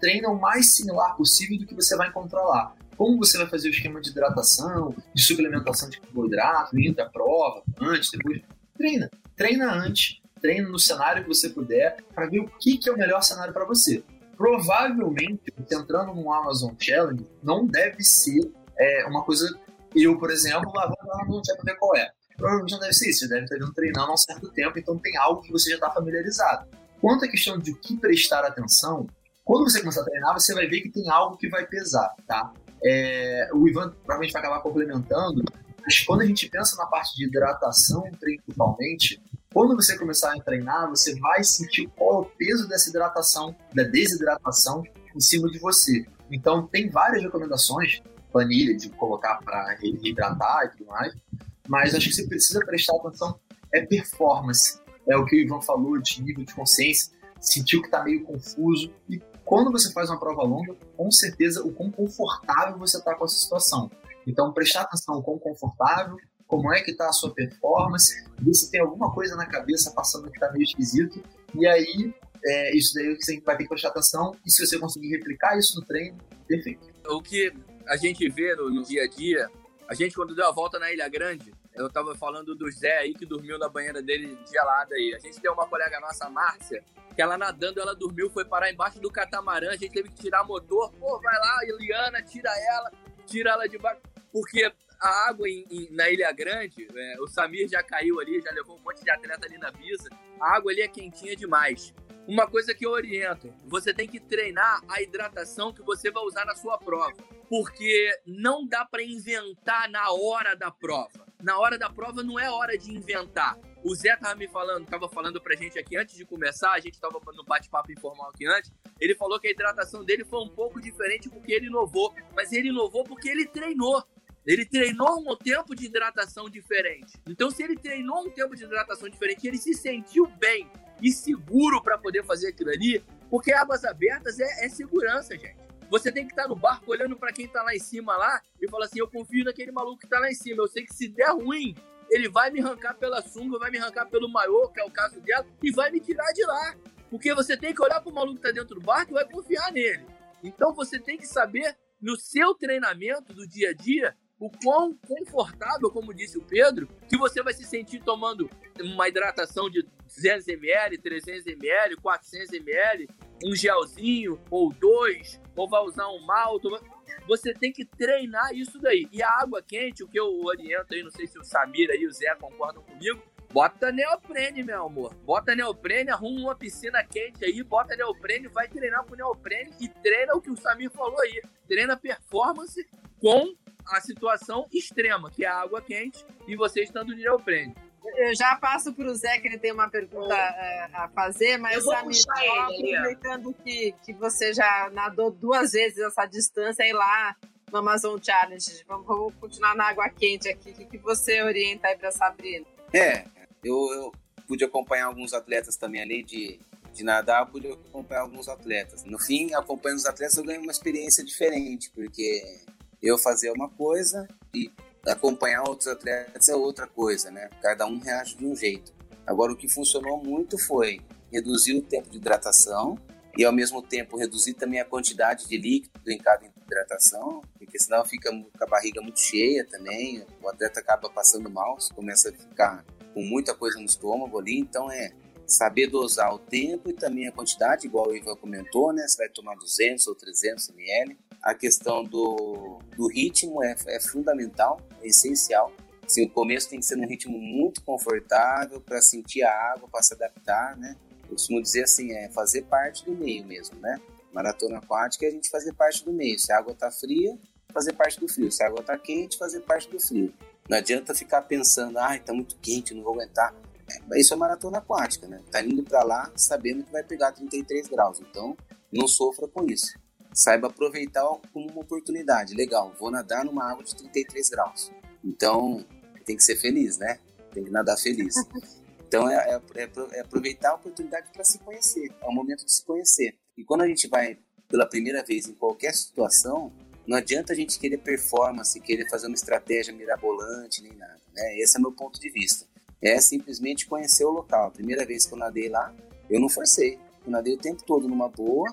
treina o mais similar possível do que você vai encontrar lá. Como você vai fazer o esquema de hidratação, de suplementação de carboidrato, indo da prova, antes, depois. Treina. Treina antes. Treina no cenário que você puder para ver o que, que é o melhor cenário para você. Provavelmente, você entrando no Amazon Challenge, não deve ser é, uma coisa... Eu, por exemplo, lá vou lá no Amazon para ver qual é. Provavelmente não deve ser isso. Você deve estar vindo treinando há um certo tempo, então tem algo que você já está familiarizado. Quanto à questão de o que prestar atenção, quando você começar a treinar, você vai ver que tem algo que vai pesar, tá? É, o Ivan provavelmente vai acabar complementando, mas quando a gente pensa na parte de hidratação, principalmente, quando você começar a treinar, você vai sentir qual é o peso dessa hidratação, da desidratação em cima de você. Então, tem várias recomendações, planilha de colocar para reidratar e tudo mais, mas acho que você precisa prestar atenção é performance. É o que o Ivan falou de nível de consciência, sentiu que está meio confuso. E quando você faz uma prova longa, com certeza o quão confortável você está com essa situação. Então, prestar atenção quão confortável, como é que está a sua performance, ver se tem alguma coisa na cabeça passando que está meio esquisito. E aí, é, isso daí você vai ter que prestar atenção. E se você conseguir replicar isso no treino, perfeito. O que a gente vê no, no dia a dia, a gente quando deu a volta na Ilha Grande, eu tava falando do Zé aí que dormiu na banheira dele gelada aí. A gente tem uma colega nossa, a Márcia, que ela nadando, ela dormiu, foi parar embaixo do catamarã, a gente teve que tirar motor. Pô, vai lá, Eliana, tira ela, tira ela de baixo. Porque a água em, em, na Ilha Grande, é, o Samir já caiu ali, já levou um monte de atleta ali na Visa. A água ali é quentinha demais. Uma coisa que eu oriento, você tem que treinar a hidratação que você vai usar na sua prova. Porque não dá para inventar na hora da prova. Na hora da prova não é hora de inventar. O Zé tava me falando, tava falando pra gente aqui antes de começar, a gente tava no bate-papo informal aqui antes, ele falou que a hidratação dele foi um pouco diferente porque ele inovou. Mas ele inovou porque ele treinou. Ele treinou um tempo de hidratação diferente. Então, se ele treinou um tempo de hidratação diferente, ele se sentiu bem e seguro para poder fazer aquilo ali, porque águas abertas é, é segurança, gente. Você tem que estar no barco olhando para quem tá lá em cima lá e falar assim, eu confio naquele maluco que tá lá em cima. Eu sei que se der ruim, ele vai me arrancar pela sunga, vai me arrancar pelo maiô, que é o caso dela, e vai me tirar de lá. Porque você tem que olhar pro maluco que tá dentro do barco e vai confiar nele. Então você tem que saber, no seu treinamento do dia a dia, o quão confortável, como disse o Pedro, que você vai se sentir tomando uma hidratação de duzentos mililitros, trezentos mililitros, quatrocentos mililitros, um gelzinho ou dois, ou vai usar um malto. Você tem que treinar isso daí. E a água quente, o que eu oriento aí, não sei se o Samir aí e o Zé concordam comigo, bota neoprene, meu amor. Bota neoprene, arruma uma piscina quente aí, bota neoprene, vai treinar com neoprene e treina o que o Samir falou aí. Treina performance com a situação extrema, que é a água quente e você estando de neoprene. Eu já passo para o Zé, que ele tem uma pergunta é, a fazer, mas Samir, aproveitando que, que você já nadou duas vezes essa distância aí lá no Amazon Challenge, vamos, vamos continuar na água quente aqui. O que, que você orienta aí para a Sabrina? É, eu, eu pude acompanhar alguns atletas também ali de, de nadar, pude acompanhar alguns atletas. No fim, acompanhando os atletas, eu ganhei uma experiência diferente, porque eu fazia uma coisa e acompanhar outros atletas é outra coisa, né? Cada um reage de um jeito. Agora, o que funcionou muito foi reduzir o tempo de hidratação e, ao mesmo tempo, reduzir também a quantidade de líquido em cada hidratação, porque senão fica com a barriga muito cheia também, o atleta acaba passando mal, começa a ficar com muita coisa no estômago ali. Então, é saber dosar o tempo e também a quantidade, igual o Ivan comentou, né? Você vai tomar duzentos ou trezentos mililitros. A questão do, do ritmo é, é fundamental, é essencial. Assim, o começo tem que ser num ritmo muito confortável para sentir a água, para se adaptar, né? Eu costumo dizer assim, é fazer parte do meio mesmo, né? Maratona aquática é a gente fazer parte do meio. Se a água está fria, fazer parte do frio. Se a água está quente, fazer parte do frio. Não adianta ficar pensando, ah, está muito quente, não vou aguentar. É, isso é maratona aquática, né? Tá indo para lá sabendo que vai pegar trinta e três graus. Então, não sofra com isso. Saiba aproveitar como uma oportunidade. Legal, vou nadar numa água de trinta e três graus. Então, tem que ser feliz, né? Tem que nadar feliz. Então, é, é, é aproveitar a oportunidade para se conhecer. É o momento de se conhecer. E quando a gente vai pela primeira vez em qualquer situação, não adianta a gente querer performance, querer fazer uma estratégia mirabolante, nem nada, né? Esse é o meu ponto de vista. É simplesmente conhecer o local. A primeira vez que eu nadei lá, eu não forcei. Eu nadei o tempo todo numa boa,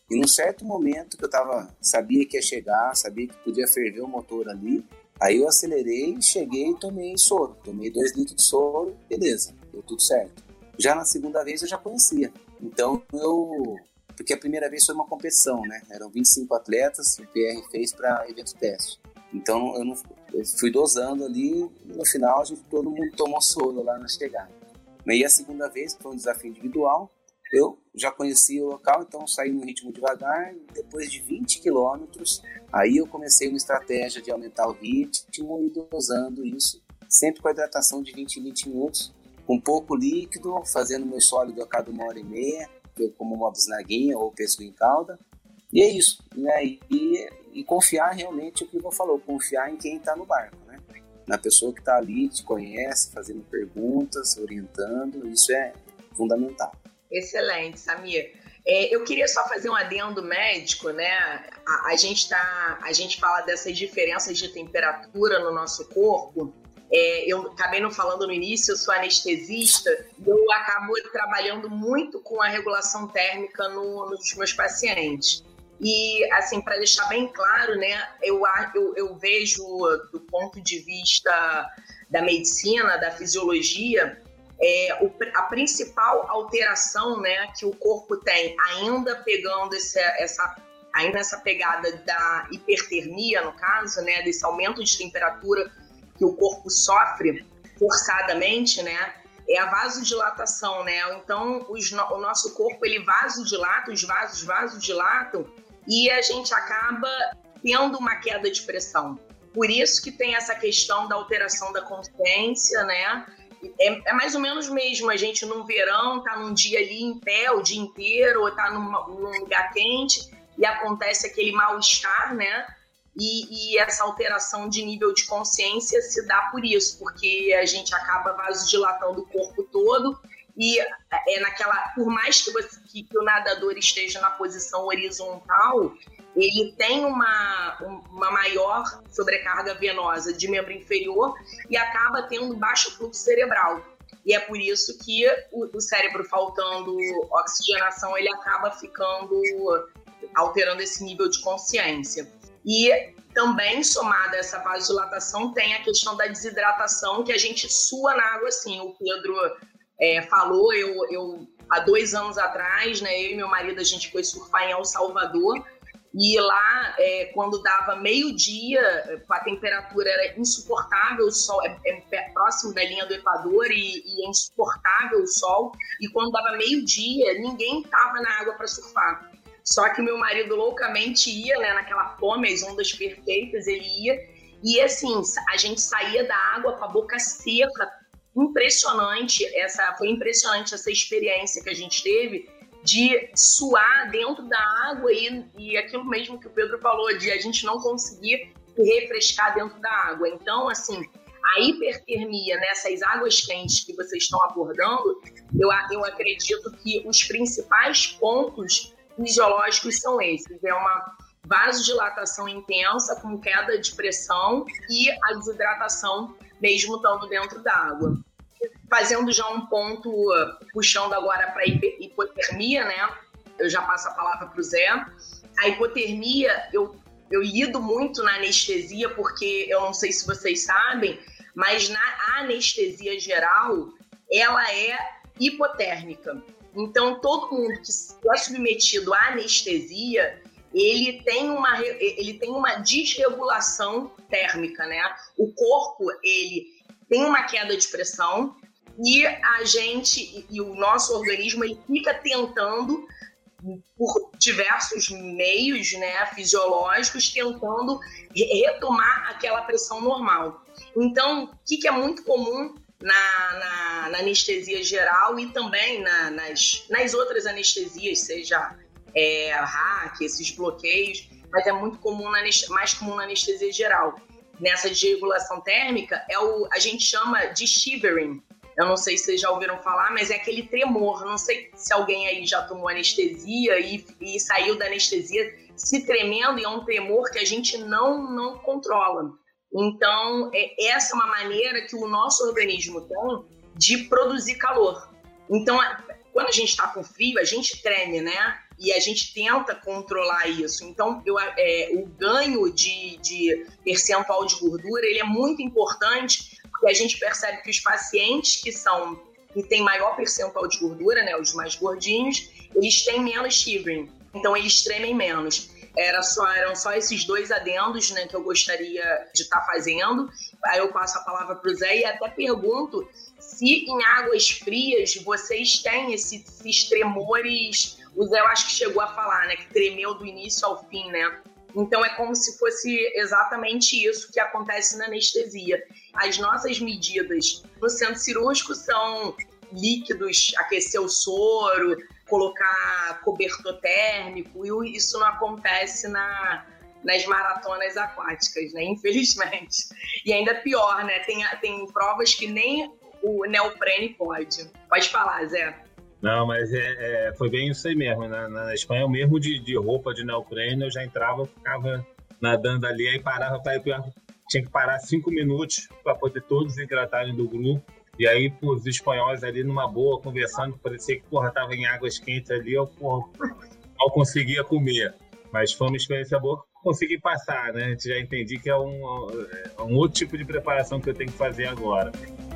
E num certo momento que eu tava, sabia que ia chegar, sabia que podia ferver o motor ali, aí eu acelerei, cheguei e tomei soro. Tomei dois litros de soro, beleza, deu tudo certo. Já na segunda vez eu já conhecia. Então eu... Porque a primeira vez foi uma competição, né? Eram vinte e cinco atletas, o P R fez para evento teste. Então eu, não, eu fui dosando ali, e no final a gente, todo mundo tomou soro lá na chegada. E a segunda vez, que foi um desafio individual, eu já conhecia o local, então saí no ritmo devagar, e depois de vinte quilômetros, aí eu comecei uma estratégia de aumentar o ritmo e dosando isso, sempre com a hidratação de vinte em vinte minutos, com pouco líquido, fazendo meu sólido a cada uma hora e meia, como uma bisnaguinha ou pesco em calda, e é isso, né? E, e, e confiar realmente o que o Ivan falou, confiar em quem está no barco, né? Na pessoa que está ali, te conhece, fazendo perguntas, orientando, isso é fundamental. Excelente, Samir. É, eu queria só fazer um adendo médico, né? A, a, gente tá, a gente fala dessas diferenças de temperatura no nosso corpo. É, eu acabei não falando no início, eu sou anestesista e eu acabo trabalhando muito com a regulação térmica no, nos meus pacientes. E, assim, para deixar bem claro, né, eu, eu, eu vejo do ponto de vista da medicina, da fisiologia, É, o, a principal alteração, né, que o corpo tem, ainda pegando esse, essa, ainda essa pegada da hipertermia, no caso, né, desse aumento de temperatura que o corpo sofre forçadamente, né, é a vasodilatação, né? Então, os, o nosso corpo, ele vasodilata, os vasos vasodilatam e a gente acaba tendo uma queda de pressão. Por isso que tem essa questão da alteração da consciência, né? É, é mais ou menos mesmo, a gente no verão tá num dia ali em pé o dia inteiro, ou tá numa, num lugar quente e acontece aquele mal-estar, né? E, e essa alteração de nível de consciência se dá por isso, porque a gente acaba vasodilatando o corpo todo e é naquela, por mais que, você, que, que o nadador esteja na posição horizontal, ele tem uma, uma maior sobrecarga venosa de membro inferior e acaba tendo baixo fluxo cerebral. E é por isso que o, o cérebro faltando oxigenação, ele acaba ficando, alterando esse nível de consciência. E também, somada a essa vasodilatação, tem a questão da desidratação, que a gente sua na água, assim. O Pedro é, falou, eu, eu, há dois anos atrás, né, eu e meu marido, a gente foi surfar em El Salvador. E lá, é, quando dava meio-dia, a temperatura era insuportável, o sol é, é próximo da linha do Equador e, e é insuportável o sol. E quando dava meio-dia, ninguém estava na água para surfar. Só que o meu marido loucamente ia, né, naquela fome, as ondas perfeitas, ele ia. E assim, a gente saía da água com a boca seca, impressionante. Essa, foi impressionante essa experiência que a gente teve, de suar dentro da água e, e aquilo mesmo que o Pedro falou, de a gente não conseguir refrescar dentro da água. Então, assim, a hipertermia nessas águas quentes que vocês estão abordando, eu, eu acredito que os principais pontos fisiológicos são esses. É uma vasodilatação intensa com queda de pressão e a desidratação mesmo estando dentro da água. Fazendo já um ponto, puxando agora para a hipotermia, né? Eu já passo a palavra para o Zé. A hipotermia, eu, eu lido muito na anestesia, porque eu não sei se vocês sabem, mas na anestesia geral, ela é hipotérmica. Então, todo mundo que é submetido à anestesia, ele tem uma, ele tem uma desregulação térmica, né? O corpo, ele tem uma queda de pressão e a gente, e o nosso organismo, ele fica tentando, por diversos meios, né, fisiológicos, tentando retomar aquela pressão normal. Então, o que, que é muito comum na, na, na anestesia geral e também na, nas, nas outras anestesias, seja é, hack, esses bloqueios, mas é muito comum, na, mais comum na anestesia geral. Nessa desregulação térmica, é o, a gente chama de shivering. Eu não sei se vocês já ouviram falar, mas é aquele tremor. Não sei se alguém aí já tomou anestesia e, e saiu da anestesia se tremendo, e é um tremor que a gente não, não controla. Então, é, essa é uma maneira que o nosso organismo tem de produzir calor. Então, quando a gente está com frio, a gente treme, né? E a gente tenta controlar isso. Então, eu, é, o ganho de, de percentual de gordura, ele é muito importante, porque a gente percebe que os pacientes que são que têm maior percentual de gordura, né, os mais gordinhos, eles têm menos shivering. Então, eles tremem menos. Era só, eram só esses dois adendos, né, que eu gostaria de estar tá fazendo. Aí eu passo a palavra para o Zé e até pergunto se em águas frias vocês têm esse, esses tremores. O Zé eu acho que chegou a falar, né, que tremeu do início ao fim, né? Então é como se fosse exatamente isso que acontece na anestesia. As nossas medidas no centro cirúrgico são líquidos, aquecer o soro, colocar cobertor térmico, e isso não acontece na, nas maratonas aquáticas, né? Infelizmente. E ainda pior, né? Tem, tem provas que nem o neoprene pode. Pode falar, Zé. Não, mas é, é, foi bem isso aí mesmo. Na, na Espanha, eu mesmo de, de roupa de neoprene, eu já entrava, ficava nadando ali, aí parava para ir pra, tinha que parar cinco minutos para poder todos hidratarem do grupo. E aí, pô, os espanhóis ali numa boa, conversando, parecia que, porra, tava em águas quentes ali, eu, porra, mal conseguia comer. Mas foi uma experiência boa, consegui passar, né? Já entendi que é um, é um outro tipo de preparação que eu tenho que fazer agora.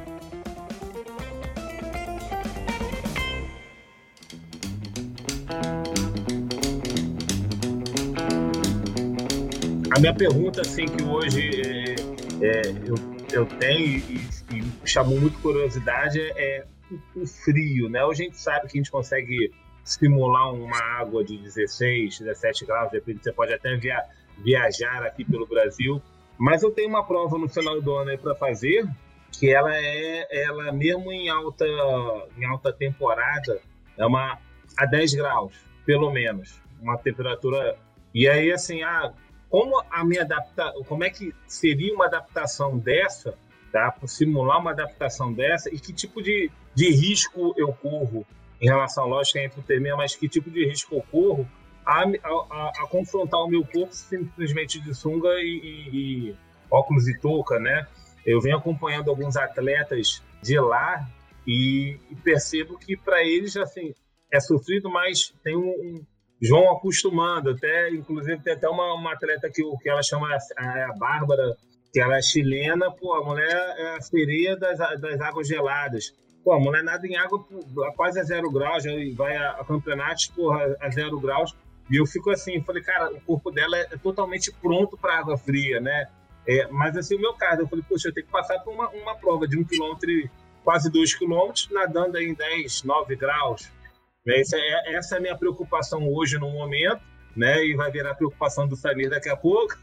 A minha pergunta, assim, que hoje é, é, eu, eu tenho e, e chamou muito curiosidade é o, o frio, né? Hoje a gente sabe que a gente consegue simular uma água de dezesseis, dezessete graus, depende, você pode até via, viajar aqui pelo Brasil, mas eu tenho uma prova no final do ano aí para fazer, que ela é, ela mesmo em alta, em alta temporada, é uma a dez graus, pelo menos, uma temperatura. E aí, assim, ah, como a minha adapta, como é que seria uma adaptação dessa, tá? Para simular uma adaptação dessa, e que tipo de, de risco eu corro em relação, lógico, à hipotermia, mas que tipo de risco eu corro a, a, a confrontar o meu corpo simplesmente de sunga e, e, e óculos e touca, né? Eu venho acompanhando alguns atletas de lá e, e percebo que para eles, assim, é sofrido, mas tem um, um João acostumando, até, inclusive tem até uma, uma atleta que, que ela chama a, a Bárbara, que ela é chilena, pô, a mulher é a sereia das, das águas geladas. Pô, a mulher nada em água a quase a zero graus, já vai a, a campeonatos, porra, a zero graus, e eu fico assim, falei, cara, o corpo dela é, é totalmente pronto para água fria, né? É, mas assim, o meu caso, eu falei, poxa, eu tenho que passar por uma, uma prova de um quilômetro e quase dois quilômetros, nadando aí em dez, nove graus. Essa é, essa é a minha preocupação hoje no momento, né? E vai virar a preocupação do Samir daqui a pouco.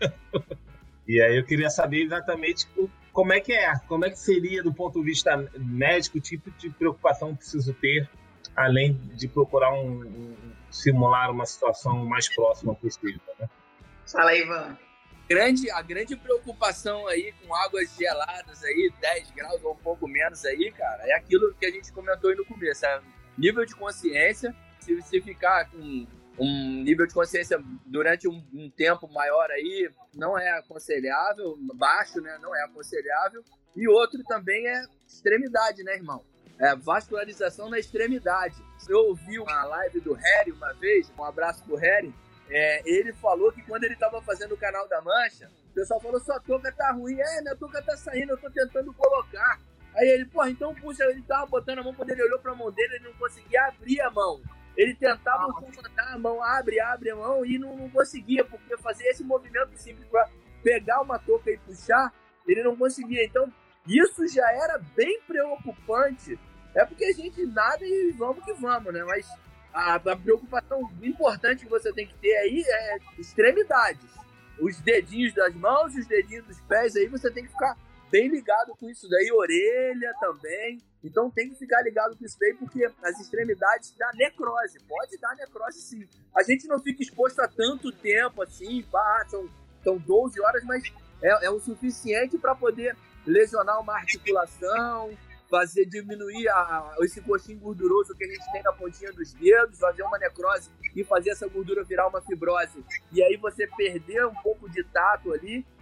E aí eu queria saber exatamente como é que é, como é que seria do ponto de vista médico, o tipo de preocupação que eu preciso ter, além de procurar um, um, simular uma situação mais próxima possível, né? Fala aí, Ivan. Grande, a grande preocupação aí com águas geladas aí, dez graus ou um pouco menos aí, cara, é aquilo que a gente comentou aí no começo, é nível de consciência. Se você ficar com um nível de consciência durante um, um tempo maior aí, não é aconselhável, baixo, né, não é aconselhável. E outro também é extremidade, né, irmão? É vascularização na extremidade. Eu ouvi uma live do Harry uma vez, um abraço pro Harry, é, ele falou que quando ele tava fazendo o Canal da Mancha, o pessoal falou, sua touca tá ruim. É, minha touca tá saindo, eu tô tentando colocar. Aí ele, porra, então puxa, ele tava botando a mão, quando ele olhou pra mão dele, ele não conseguia abrir a mão. Ele tentava comandar a mão, abre, abre a mão, e não, não conseguia, porque fazer esse movimento simples pra pegar uma touca e puxar, ele não conseguia. Então, isso já era bem preocupante. É porque a gente nada e vamos que vamos, né? Mas a, a preocupação importante que você tem que ter aí é extremidades. Os dedinhos das mãos, os dedinhos dos pés, aí você tem que ficar bem ligado com isso daí, orelha também. Então tem que ficar ligado com isso daí, porque as extremidades dá necrose. Pode dar necrose, sim. A gente não fica exposto a tanto tempo assim, pá, são, são doze horas, mas é, é o suficiente para poder lesionar uma articulação, fazer diminuir a, esse coxinho gorduroso que a gente tem na pontinha dos dedos, fazer uma necrose e fazer essa gordura virar uma fibrose. E aí você perder um pouco de tato ali.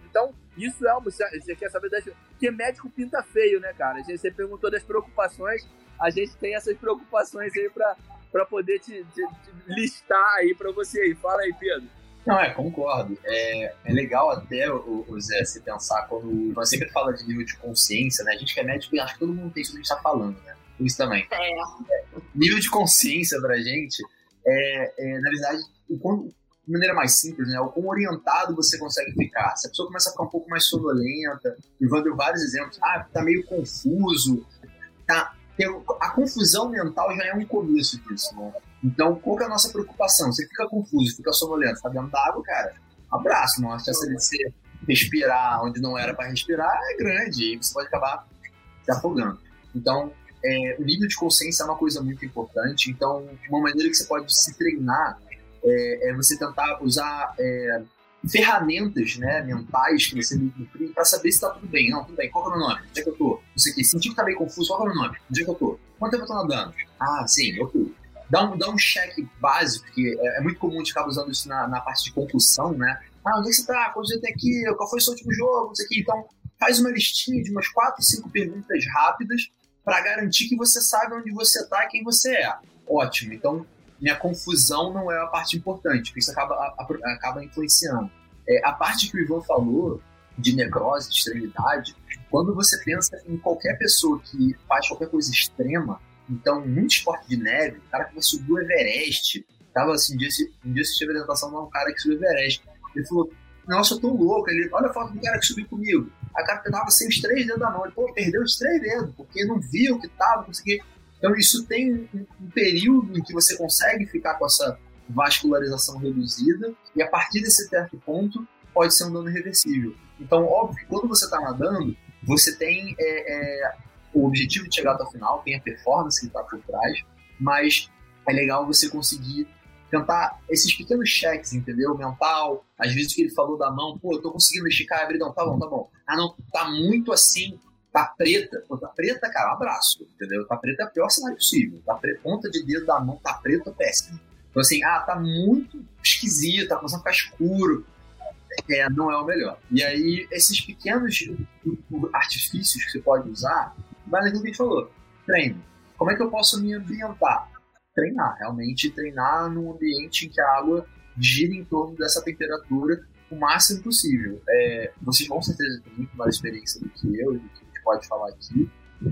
Então, isso é uma... Você quer saber das... Porque médico pinta feio, né, cara? Você perguntou das preocupações, a gente tem essas preocupações aí pra, pra poder te, te, te listar aí pra você aí. Fala aí, Pedro. Não, é, concordo. É, é legal até, o, o Zé, se pensar, quando você sempre fala de nível de consciência, né? A gente que é médico, acho que todo mundo tem isso que a gente tá falando, né? Isso também. É. É, nível de consciência pra gente é, é na verdade, o quão, de maneira mais simples, né? O quão orientado você consegue ficar. Se a pessoa começa a ficar um pouco mais sonolenta, o Ivan deu vários exemplos, ah, tá meio confuso, tá... A confusão mental já é um começo disso, né? Então, qual que é a nossa preocupação? Você fica confuso, fica sonolento, tá dentro d'água, cara, abraço, não? A chance de você respirar onde não era para respirar é grande, e você pode acabar se afogando. Então, é, o nível de consciência é uma coisa muito importante. Então, uma maneira que você pode se treinar é, é você tentar usar é, ferramentas, né, mentais que você nutre para saber se tá tudo bem. Não, tudo bem, qual é o meu nome? Onde é que eu tô? Você que sentiu que tá meio confuso, qual é o meu nome? Onde é que eu tô? Quanto tempo eu tô nadando? Ah, sim, ok. Dá um, dá um check básico, porque é, é muito comum a gente acabar usando isso na, na parte de concussão, né? Ah, onde é que você tá? Quanto você tem aqui? Qual foi o seu último jogo? Não sei o que. Então, faz uma listinha de umas quatro, cinco perguntas rápidas para garantir que você sabe onde você tá e quem você é. Ótimo. Então, minha confusão não é a parte importante, porque isso acaba, a, a, acaba influenciando. É, a parte que o Ivan falou de necrose, de extremidade, quando você pensa em qualquer pessoa que faz qualquer coisa extrema, então, muito esporte de neve, o cara que subiu o Everest, tava assim, um dia, um dia assisti a apresentação de um cara que subiu o Everest, ele falou, nossa, eu tô louco, ele, olha a foto do cara que subiu comigo, a cara tava sem os três dedos da mão, ele, pô, perdeu os três dedos, porque não viu o que tava, não conseguia. Então, isso tem um, um período em que você consegue ficar com essa vascularização reduzida, e a partir desse certo ponto, pode ser um dano irreversível. Então, óbvio que quando você tá nadando, você tem é, é, o objetivo de chegar até o final, tem a performance que está por trás, mas é legal você conseguir tentar esses pequenos cheques, entendeu? Mental, às vezes que ele falou da mão, pô, eu tô conseguindo esticar a abridão, tá bom, tá bom. Ah, não, tá muito assim, tá preta, pô, tá preta, cara, um abraço, entendeu? Tá preta é o pior cenário possível, tá preta, ponta de dedo da mão, tá preta, péssimo. Então assim, ah, tá muito esquisito, tá começando a ficar escuro, é, não é o melhor. E aí, esses pequenos artifícios que você pode usar, vai naquilo que a gente falou, treino. Como é que eu posso me ambientar? Treinar, realmente treinar num ambiente em que a água gira em torno dessa temperatura o máximo possível. É, vocês vão certeza ter muito mais experiência do que eu, do que a gente pode falar aqui.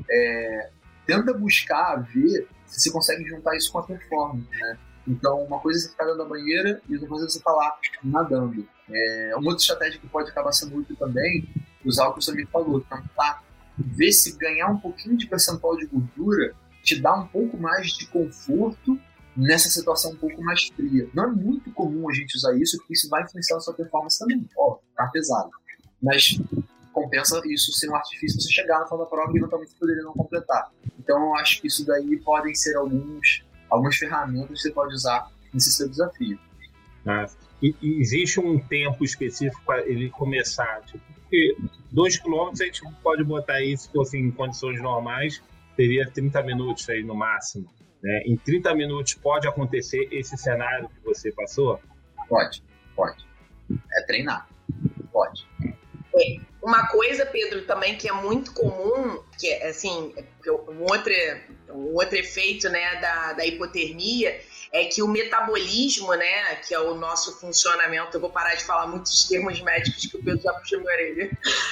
É, tenta buscar, ver se você consegue juntar isso com a performance, né? Então, uma coisa é você ficar dentro da banheira e outra coisa é você estar lá nadando. É, uma outra estratégia que pode acabar sendo útil também, usar o que o Samir falou, tentar ver se ganhar um pouquinho de percentual de gordura te dá um pouco mais de conforto nessa situação um pouco mais fria. Não é muito comum a gente usar isso, porque isso vai influenciar a sua performance também. Ó, tá pesado. Mas compensa isso ser um artifício você chegar na final da prova e eventualmente você poderia não completar. Então eu acho que isso daí podem ser alguns, algumas ferramentas que você pode usar nesse seu desafio. Ah, e, e existe um tempo específico para ele começar? Tipo, porque dois quilômetros a gente pode botar aí, se fosse em condições normais, teria trinta minutos aí no máximo. Né? Em trinta minutos pode acontecer esse cenário que você passou? Pode, pode. É treinar. Pode. É, uma coisa, Pedro, também que é muito comum, que é assim, um outro, um outro efeito, né, da, da hipotermia é que o metabolismo, né, que é o nosso funcionamento, eu vou parar de falar muitos termos médicos que o Pedro já puxou minha orelha,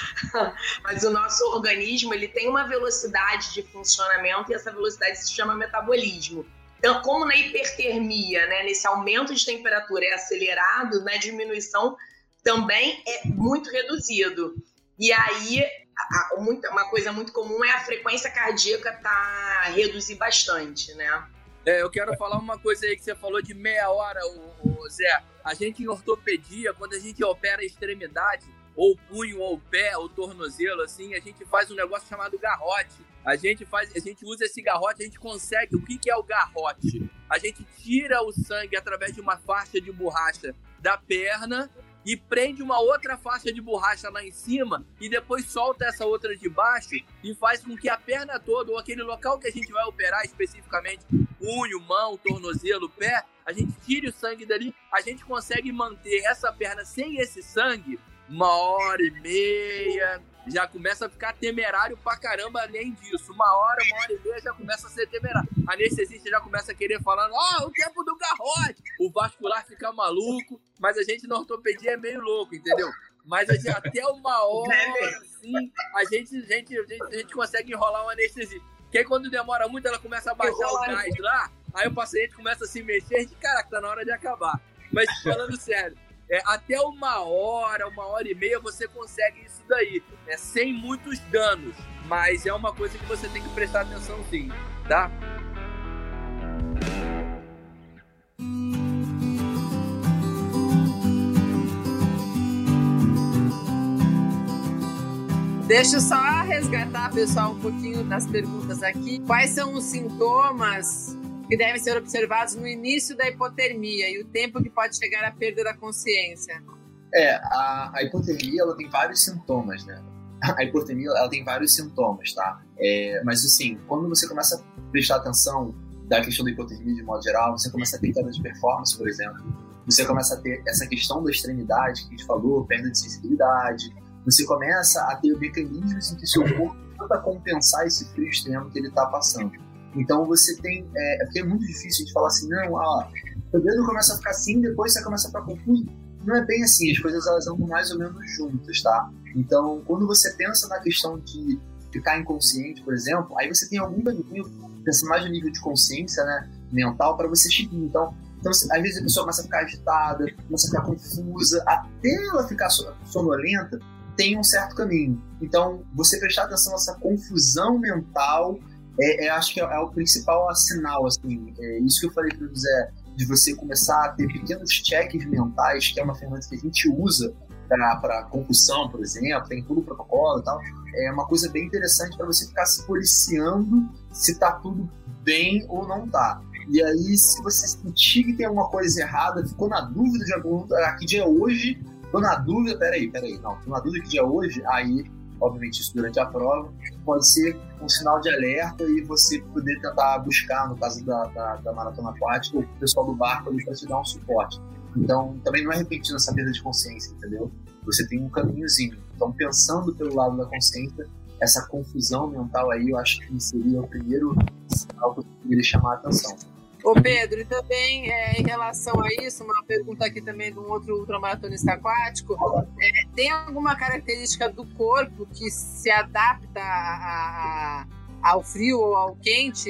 mas o nosso organismo, ele tem uma velocidade de funcionamento e essa velocidade se chama metabolismo. Então, como na hipertermia, né, nesse aumento de temperatura é acelerado, na diminuição também é muito reduzido. E aí, a, a, uma coisa muito comum é a frequência cardíaca tá, reduzir bastante, né? É, eu quero falar uma coisa aí que você falou de meia hora, o, o Zé. A gente em ortopedia, quando a gente opera a extremidade, ou punho, ou pé, ou tornozelo, assim, a gente faz um negócio chamado garrote. A gente faz, a gente usa esse garrote, a gente consegue. O que, que é o garrote? A gente tira o sangue através de uma faixa de borracha da perna e prende uma outra faixa de borracha lá em cima e depois solta essa outra de baixo e faz com que a perna toda, ou aquele local que a gente vai operar especificamente, punho, mão, tornozelo, pé, a gente tire o sangue dali, a gente consegue manter essa perna sem esse sangue uma hora e meia, já começa a ficar temerário pra caramba além disso. Uma hora, uma hora e meia já começa a ser temerário. A anestesista já começa a querer falar, ó, oh, o tempo do garrote. O vascular fica maluco, mas a gente na ortopedia é meio louco, entendeu? Mas a gente, até uma hora, assim, a gente, a, gente, a, gente, a gente consegue enrolar uma anestesia. Porque aí quando demora muito, ela começa a baixar o gás lá, aí o paciente começa a se mexer, a gente, caraca, tá na hora de acabar. Mas falando sério, é, até uma hora, uma hora e meia você consegue isso daí, né, sem muitos danos. Mas é uma coisa que você tem que prestar atenção sim, tá? Deixa eu só resgatar, pessoal, um pouquinho das perguntas aqui. Quais são os sintomas que devem ser observados no início da hipotermia e o tempo que pode chegar à perda da consciência? É, a, a hipotermia, ela tem vários sintomas, né? A hipotermia, ela tem vários sintomas, tá? É, mas, assim, quando você começa a prestar atenção da questão da hipotermia de modo geral, você começa a ter queda de performance, por exemplo. Você começa a ter essa questão da extremidade que a gente falou, perda de sensibilidade. Você começa a ter mecanismos em que seu corpo tenta compensar esse frio extremo que ele está passando. Então você tem... É, é porque é muito difícil de falar assim, não, ah, o dedo começa a ficar assim, depois você começa a ficar confuso. Não é bem assim, as coisas elas andam mais ou menos juntas, tá? Então, quando você pensa na questão de ficar inconsciente, por exemplo, aí você tem algum nível, pensa mais no nível de consciência, né, mental, para você seguir. Então, então, às vezes a pessoa começa a ficar agitada, começa a ficar confusa, até ela ficar sonolenta, tem um certo caminho. Então, você prestar atenção nessa confusão mental, é, é, acho que é, é o principal sinal, assim. É isso que eu falei para o José, de você começar a ter pequenos cheques mentais, que é uma ferramenta que a gente usa para concussão, por exemplo, tem todo o protocolo e tal. É uma coisa bem interessante para você ficar se policiando se está tudo bem ou não está. E aí, se você sentir que tem alguma coisa errada, ficou na dúvida de algum... Ah, que dia é hoje? Tô na dúvida, peraí, peraí, não, tô na dúvida que dia é hoje, aí, obviamente, isso durante a prova, pode ser um sinal de alerta e você poder tentar buscar, no caso da, da, da maratona aquática, o pessoal do barco ali para te dar um suporte. Então, também não é repentino essa perda de consciência, entendeu? Você tem um caminhozinho. Então, pensando pelo lado da consciência, essa confusão mental aí, eu acho que seria o primeiro sinal que eu queria chamar a atenção. Ô Pedro, e também é, em relação a isso, uma pergunta aqui também de um outro ultramaratonista aquático, é, tem alguma característica do corpo que se adapta a, a, ao frio ou ao quente?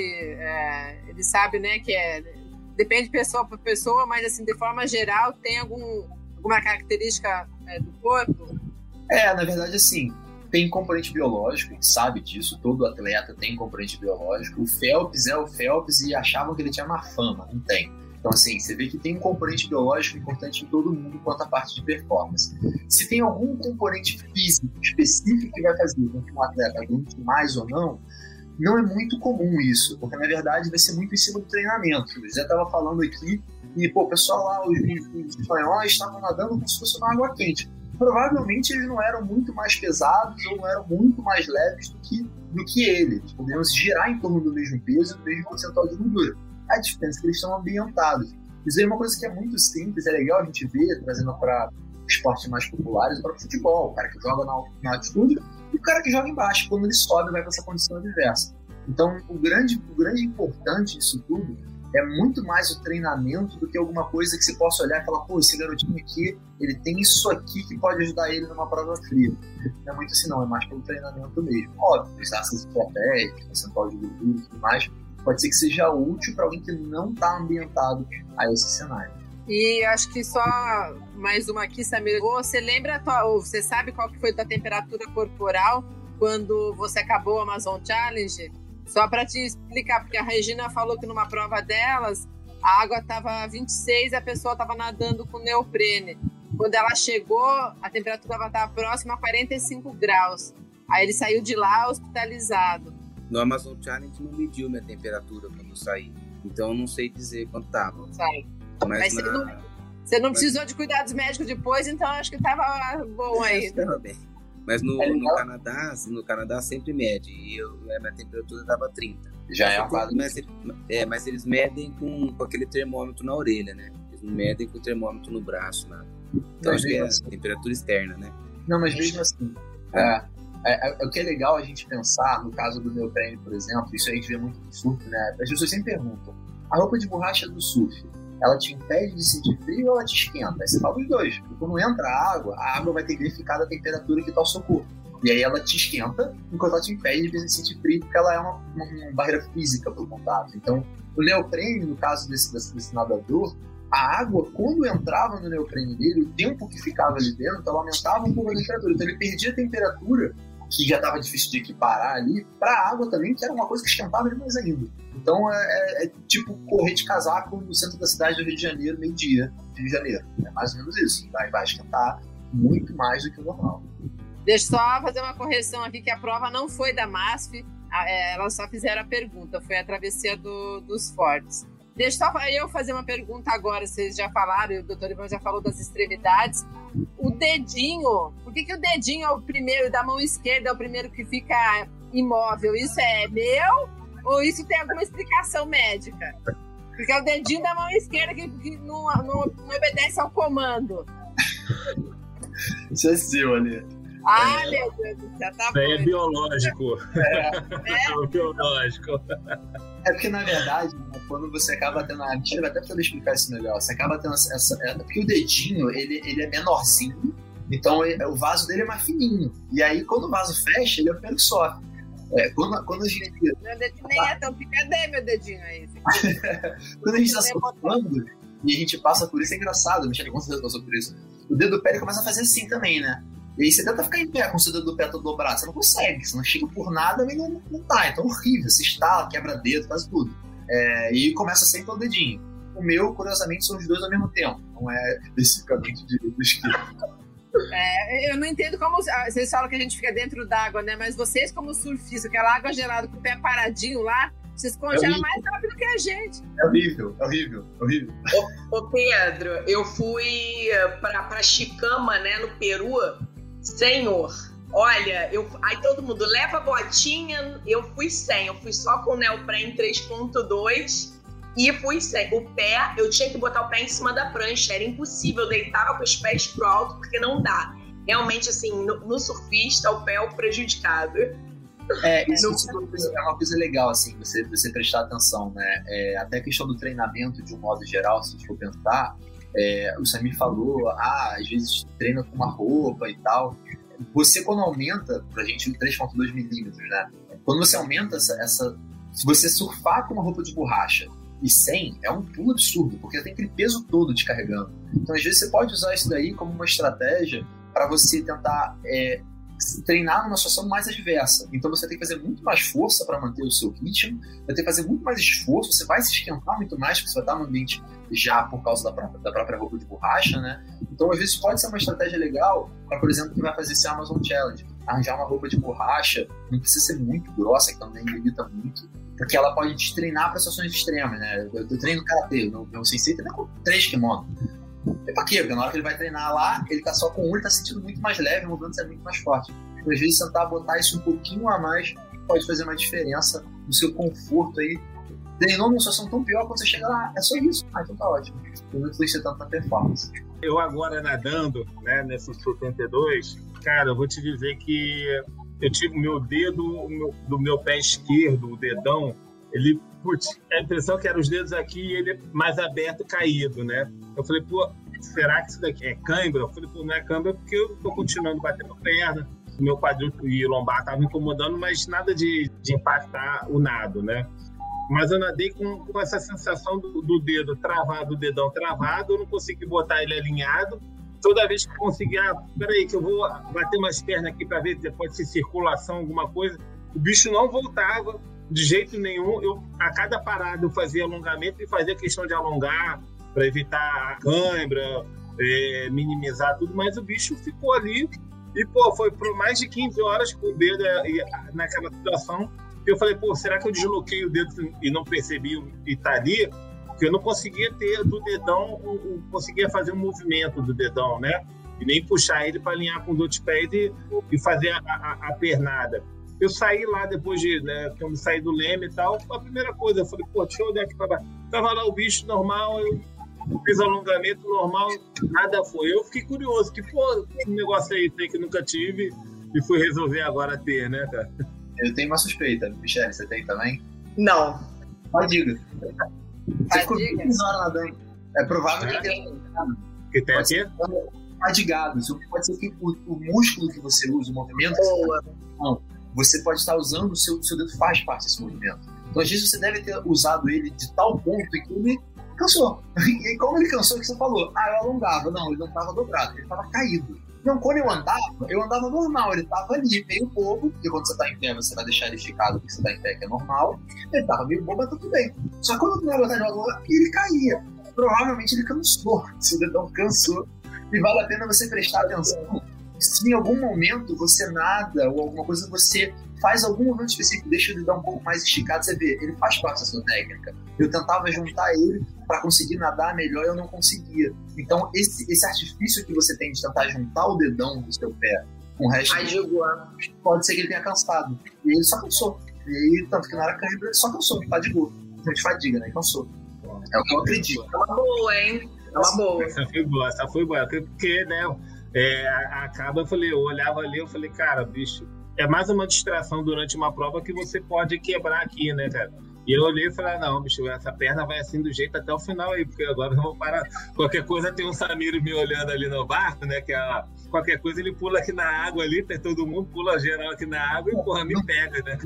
É, ele sabe, né, que é, depende de pessoa para pessoa, mas assim, de forma geral, tem algum, alguma característica é, do corpo? É, na verdade, assim, tem componente biológico, a gente sabe disso, todo atleta tem componente biológico. O Phelps é o Phelps e achavam que ele tinha má fama, não tem. Então, assim, você vê que tem um componente biológico importante em todo mundo quanto à parte de performance. Se tem algum componente físico específico que vai fazer com que um atleta aguente mais ou não, não é muito comum isso, porque, na verdade, vai ser muito em cima do treinamento. O Zé estava falando aqui e, pô, o pessoal lá, os, os espanhóis, estavam nadando como se fosse uma água quente. Provavelmente eles não eram muito mais pesados ou não eram muito mais leves do que, do que ele. Eles poderiam se girar em torno do mesmo peso e do mesmo percentual de gordura. A diferença é que eles estão ambientados. Isso aí é uma coisa que é muito simples, é legal a gente ver, trazendo para esportes mais populares, para o futebol. O cara que joga na, na altitude e o cara que joga embaixo. Quando ele sobe, vai para essa condição adversa. Então, o grande, o grande importante disso tudo é muito mais o treinamento do que alguma coisa que você possa olhar e falar, pô, esse garotinho aqui, ele tem isso aqui que pode ajudar ele numa prova fria. Não é muito assim, não, é mais pelo treinamento mesmo. Óbvio, usar essas estratégias, percentual de gordura e tudo mais, pode ser que seja útil para alguém que não está ambientado a esse cenário. E acho que só mais uma aqui, Samir. Você lembra, ou você sabe qual que foi a tua temperatura corporal quando você acabou o Amazon Challenge? Só para te explicar, porque a Regina falou que numa prova delas, a água estava vinte e seis e a pessoa estava nadando com neoprene. Quando ela chegou, a temperatura estava próxima a quarenta e cinco graus. Aí ele saiu de lá hospitalizado. No Amazon Challenge não mediu minha temperatura quando eu saí. Então eu não sei dizer quanto estava. Sabe. Mas, Mas na... você não, você não precisou de cuidados médicos depois, então acho que estava bom aí. Estava bem. Mas no, é no Canadá, no Canadá sempre mede, e eu, a minha temperatura estava trinta. Já é uma quadra. Mas, é, mas eles medem com, com aquele termômetro na orelha, né? Eles não medem com o termômetro no braço, né? Então acho que é a temperatura externa, né? Não, mas mesmo assim, é, é, é, o que é legal a gente pensar, no caso do neoprene, por exemplo, isso a gente vê muito no surf, né? As pessoas sempre perguntam, a roupa de borracha do surf, ela te impede de sentir frio ou ela te esquenta? Aí você fala os dois, porque quando entra a água, a água vai ter que verificar a temperatura que está o seu corpo. E aí ela te esquenta, enquanto ela te impede de sentir frio, porque ela é uma, uma, uma barreira física para o contato. Então, o neoprene, no caso desse, desse, desse nadador, a água, quando entrava no neoprene dele, o tempo que ficava ali dentro, ela aumentava um pouco a temperatura. Então ele perdia a temperatura, que já estava difícil de equiparar ali, para a água também, que era uma coisa que esquentava ele mais ainda. Então é, é, é tipo correr de casaco no centro da cidade do Rio de Janeiro, meio-dia, Rio de Janeiro. É mais ou menos isso. Vai, vai esquentar muito mais do que o normal. Deixa eu só fazer uma correção aqui, que a prova não foi da M A S F, elas só fizeram a pergunta, foi a travessia do, dos fortes. Deixa só eu fazer uma pergunta agora, vocês já falaram, o doutor Ivan já falou das extremidades. O dedinho, por que, que o dedinho é o primeiro, da mão esquerda é o primeiro que fica imóvel? Isso é meu ou isso tem alguma explicação médica? Porque é o dedinho da mão esquerda que, que não, não, não obedece ao comando. Isso é seu, ali. Ah, é. Meu Deus do céu, tá bom. Isso aí é biológico. É. É biológico. É porque, na verdade, né, quando você acaba tendo... A gente vai até poder explicar isso melhor. Você acaba tendo essa... É, porque o dedinho, ele, ele é menorzinho, então ele, o vaso dele é mais fininho. E aí, quando o vaso fecha, ele é o primeiro que sofre. É, quando, quando a gente... Meu dedinho nem é tão pequeno, cadê meu dedinho aí? Quando a gente tá sofrendo e a gente passa por isso, é engraçado. Michele, com certeza passou por isso. O dedo do pé ele começa a fazer assim também, né? E aí você tenta ficar em pé com o seu dedo do pé todo dobrado, você não consegue, você não chega por nada, mas não, não tá, então é horrível, você estala, quebra dedo, faz tudo. É, e começa sempre pelo dedinho. O meu, curiosamente, são os dois ao mesmo tempo, não é especificamente de, do esquerdo. É, eu não entendo como... Vocês falam que a gente fica dentro d'água, né? Mas vocês, como surfistas, aquela água gelada com o pé paradinho lá, vocês congelam é mais rápido que a gente. É horrível, é horrível, é horrível. Ô, ô Pedro, eu fui pra, pra Chicama, né, no Peru. Senhor, olha, eu, aí todo mundo leva botinha, eu fui sem, eu fui só com o neoprene três ponto dois e fui sem. O pé, eu tinha que botar o pé em cima da prancha, era impossível, eu deitava com os pés pro alto, porque não dá. Realmente, assim, no, no surfista, o pé é o prejudicado. É, isso, isso é, uma coisa, é uma coisa legal, assim, você, você prestar atenção, né? É, até a questão do treinamento, de um modo geral, se a gente for pensar, é, o Samir falou, ah, às vezes treina com uma roupa e tal. Você, quando aumenta, pra gente, três ponto dois milímetros, né? Quando você aumenta essa, essa... Se você surfar com uma roupa de borracha e sem, é um pulo absurdo, porque tem aquele peso todo te carregando. Então, às vezes, você pode usar isso daí como uma estratégia para você tentar... É, treinar numa situação mais adversa. Então você tem que fazer muito mais força para manter o seu ritmo, vai ter que fazer muito mais esforço, você vai se esquentar muito mais, porque você vai estar no ambiente já por causa da própria, da própria roupa de borracha, né? Então às vezes pode ser uma estratégia legal para, por exemplo, quem vai fazer esse Amazon Challenge, arranjar uma roupa de borracha, não precisa ser muito grossa, que também limita muito, porque ela pode te treinar para situações extremas, né? Eu, eu treino karatê, meu, meu sensei treina com três kimonos. É pra quê? Porque na hora que ele vai treinar lá, ele tá só com um, ele tá sentindo muito mais leve, o movimento é muito mais forte. Então, às vezes, tentar botar isso um pouquinho a mais pode fazer uma diferença no seu conforto aí. Treinou numa situação tão pior, quando você chega lá, é só isso. Ah, então tá ótimo. Eu não influencia tanto na performance. Eu agora nadando, né, nesse setenta e dois, cara, eu vou te dizer que eu tive o meu dedo o meu, do meu pé esquerdo, o dedão, ele, putz, a impressão que eram os dedos aqui e ele mais aberto, caído, né? Eu falei, pô, será que isso daqui é cãibra? Eu falei, pô, não é cãibra porque eu tô continuando batendo perna, o meu quadril e lombar estavam incomodando, mas nada de, de impactar o nado, né? Mas eu nadei com, com essa sensação do, do dedo travado, do dedão travado, eu não consegui botar ele alinhado. Toda vez que eu conseguia, ah, peraí, que eu vou bater umas pernas aqui para ver se pode ser circulação, alguma coisa, o bicho não voltava de jeito nenhum. Eu, a cada parada eu fazia alongamento e fazia questão de alongar para evitar a cãibra, é, minimizar tudo, mas o bicho ficou ali e, pô, foi por mais de quinze horas com o dedo naquela situação. Eu falei, pô, será que eu desloquei o dedo e não percebi e tá ali? Porque eu não conseguia ter do dedão, eu conseguia fazer um movimento do dedão, né? E nem puxar ele para alinhar com os outros pés e, e fazer a, a, a pernada. Eu saí lá depois de, né, quando saí do leme e tal, a primeira coisa, eu falei, pô, deixa eu olhar aqui para baixo. Tava lá o bicho normal, eu fiz alongamento normal, nada foi. Eu fiquei curioso, que pô, que negócio aí tem que nunca tive e fui resolver agora ter, né, cara? Eu tenho uma suspeita. Michele, você tem também? Não. Fadiga. Você ficou vinte horas nadando. É provável que tenha. Que tem aqui? Fadigado. Pode ser que o, o músculo que você usa, o movimento. Boa. Não. Você pode estar usando o seu, seu dedo, faz parte desse movimento. Então, às vezes, você deve ter usado ele de tal ponto que ele cansou. E como ele cansou, o que você falou? Ah, eu alongava. Não, ele não estava dobrado, ele estava caído. Não, quando eu andava, eu andava normal, ele estava ali, meio bobo, porque quando você está em pé, você vai deixar ele esticado porque você está em pé, que é normal. Ele estava meio bobo, mas tudo bem. Só que quando eu ia botar de volta, ele caía. Provavelmente ele cansou, seu dedão cansou. E vale a pena você prestar atenção. Se em algum momento você nada ou alguma coisa, você faz algum movimento específico, deixa ele dar um pouco mais esticado, você vê, ele faz parte da sua técnica. Eu tentava juntar ele para conseguir nadar melhor e eu não conseguia. Então, esse, esse artifício que você tem de tentar juntar o dedão do seu pé com o resto, pode ser que ele tenha cansado. E ele só cansou. E aí, tanto que na hora cãibra, ele só cansou, fadigou. Então, de fadiga, né? Cansou. É o que eu acredito. É uma boa, hein? É uma boa. Essa foi boa, essa foi boa. Porque, né, é, acaba, eu falei, eu olhava ali, eu falei, cara, bicho, é mais uma distração durante uma prova que você pode quebrar aqui, né, cara? E eu olhei e falei, não, bicho, essa perna vai assim do jeito até o final aí, porque agora eu vou parar. Qualquer coisa tem um Samir me olhando ali no barco, né, que é, qualquer coisa ele pula aqui na água ali, tem todo mundo, pula geral aqui na água e, porra, me pega, né?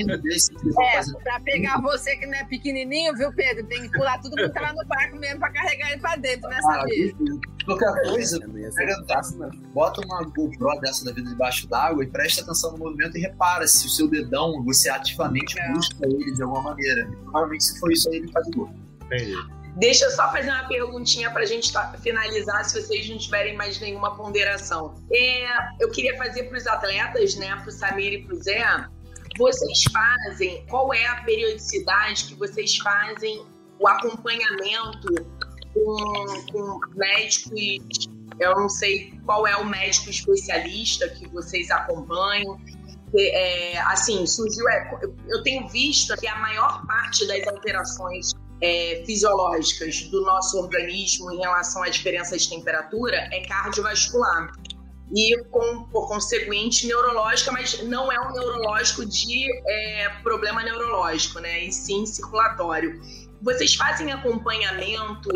É, pra pegar você que não é pequenininho, viu, Pedro? Tem que pular tudo que tá lá no barco mesmo pra carregar ele pra dentro, né, Samir? Qualquer coisa, pega, bota uma GoPro dessa da vida debaixo d'água e presta atenção no movimento e repara se o seu dedão, você ativamente é. busca ele de alguma maneira. Provavelmente se for isso aí, ele faz gol. Entendi. Deixa eu só fazer uma perguntinha pra gente finalizar, se vocês não tiverem mais nenhuma ponderação. É, eu queria fazer pros atletas, né, pro Samir e pro Zé, vocês fazem, qual é a periodicidade que vocês fazem o acompanhamento com, com médicos, eu não sei qual é o médico especialista que vocês acompanham. É, assim, surgiu, eu tenho visto que a maior parte das alterações é, fisiológicas do nosso organismo em relação à diferença de temperatura é cardiovascular e, com, por conseguinte, neurológica, mas não é um neurológico de é, problema neurológico, né, e sim circulatório. Vocês fazem acompanhamento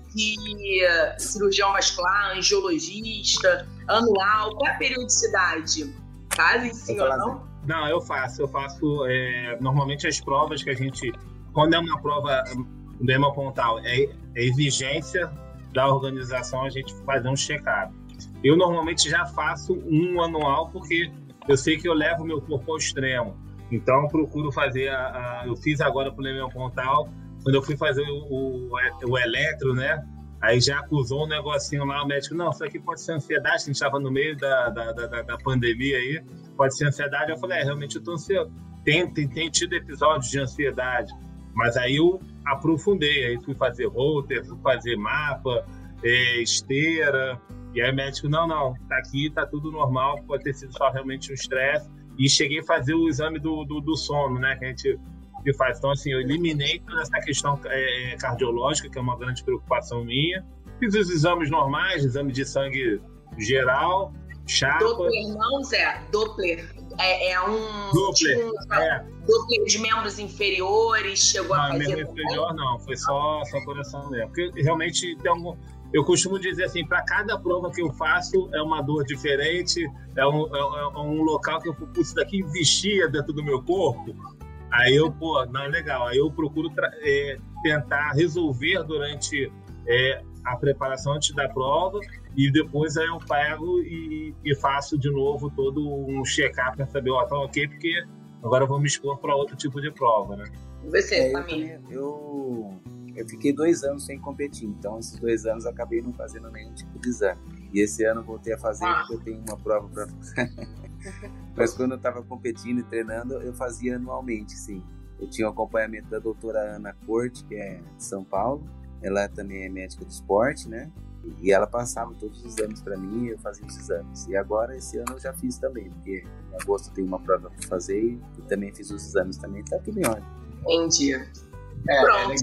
de cirurgião vascular, angiologista, anual? Qual é a periodicidade? Fazem sim ou não? Não, eu faço. Eu faço é, normalmente as provas que a gente... Quando é uma prova do hemopontal, é, é exigência da organização a gente fazer um check-up. Eu normalmente já faço um anual porque eu sei que eu levo o meu corpo ao extremo. Então eu procuro fazer... A, a, eu fiz agora para o hemopontal. Quando eu fui fazer o, o, o eletro, né? Aí já acusou um negocinho lá, o médico, não, isso aqui pode ser ansiedade, a gente estava no meio da, da, da, da pandemia aí, pode ser ansiedade. Eu falei, é, realmente eu tô ansioso. Tem, tem, tem tido episódios de ansiedade, mas aí eu aprofundei, aí fui fazer holter, fui fazer mapa, é, esteira, e aí o médico, não, não, tá aqui, tá tudo normal, pode ter sido só realmente um estresse, e cheguei a fazer o exame do, do, do sono, né, que a gente... que faz. Então, assim, eu eliminei toda essa questão é, cardiológica, que é uma grande preocupação minha. Fiz os exames normais, exame de sangue geral, chapa. Doppler não, Zé? Doppler. É, é um... Doppler, tipo, é. Doppler de membros inferiores, chegou não, a fazer... Não, membro inferior não, foi só, só coração mesmo. Porque realmente tem algum... Eu costumo dizer assim, para cada prova que eu faço é uma dor diferente, é um, é, é um local que eu fui, isso daqui existia dentro do meu corpo. Aí eu, pô, não, legal. Aí eu procuro é, tentar resolver durante é, a preparação antes da prova e depois aí eu pego e, e faço de novo todo um check-up para saber, ó, tá ok, porque agora eu vou me expor para outro tipo de prova, né? Você, é, Samir? Eu, eu, eu fiquei dois anos sem competir, então esses dois anos eu acabei não fazendo nenhum tipo de exame. E esse ano eu voltei a fazer ah. porque eu tenho uma prova para Mas quando eu estava competindo e treinando, eu fazia anualmente, sim. Eu tinha o acompanhamento da doutora Ana Corte, que é de São Paulo. Ela também é médica do esporte, né? E ela passava todos os exames para mim e eu fazia os exames. E agora, esse ano, eu já fiz também, porque em agosto eu tenho uma prova para fazer e também fiz os exames também. Tá tudo em ordem. Entendi. É, Pronto. É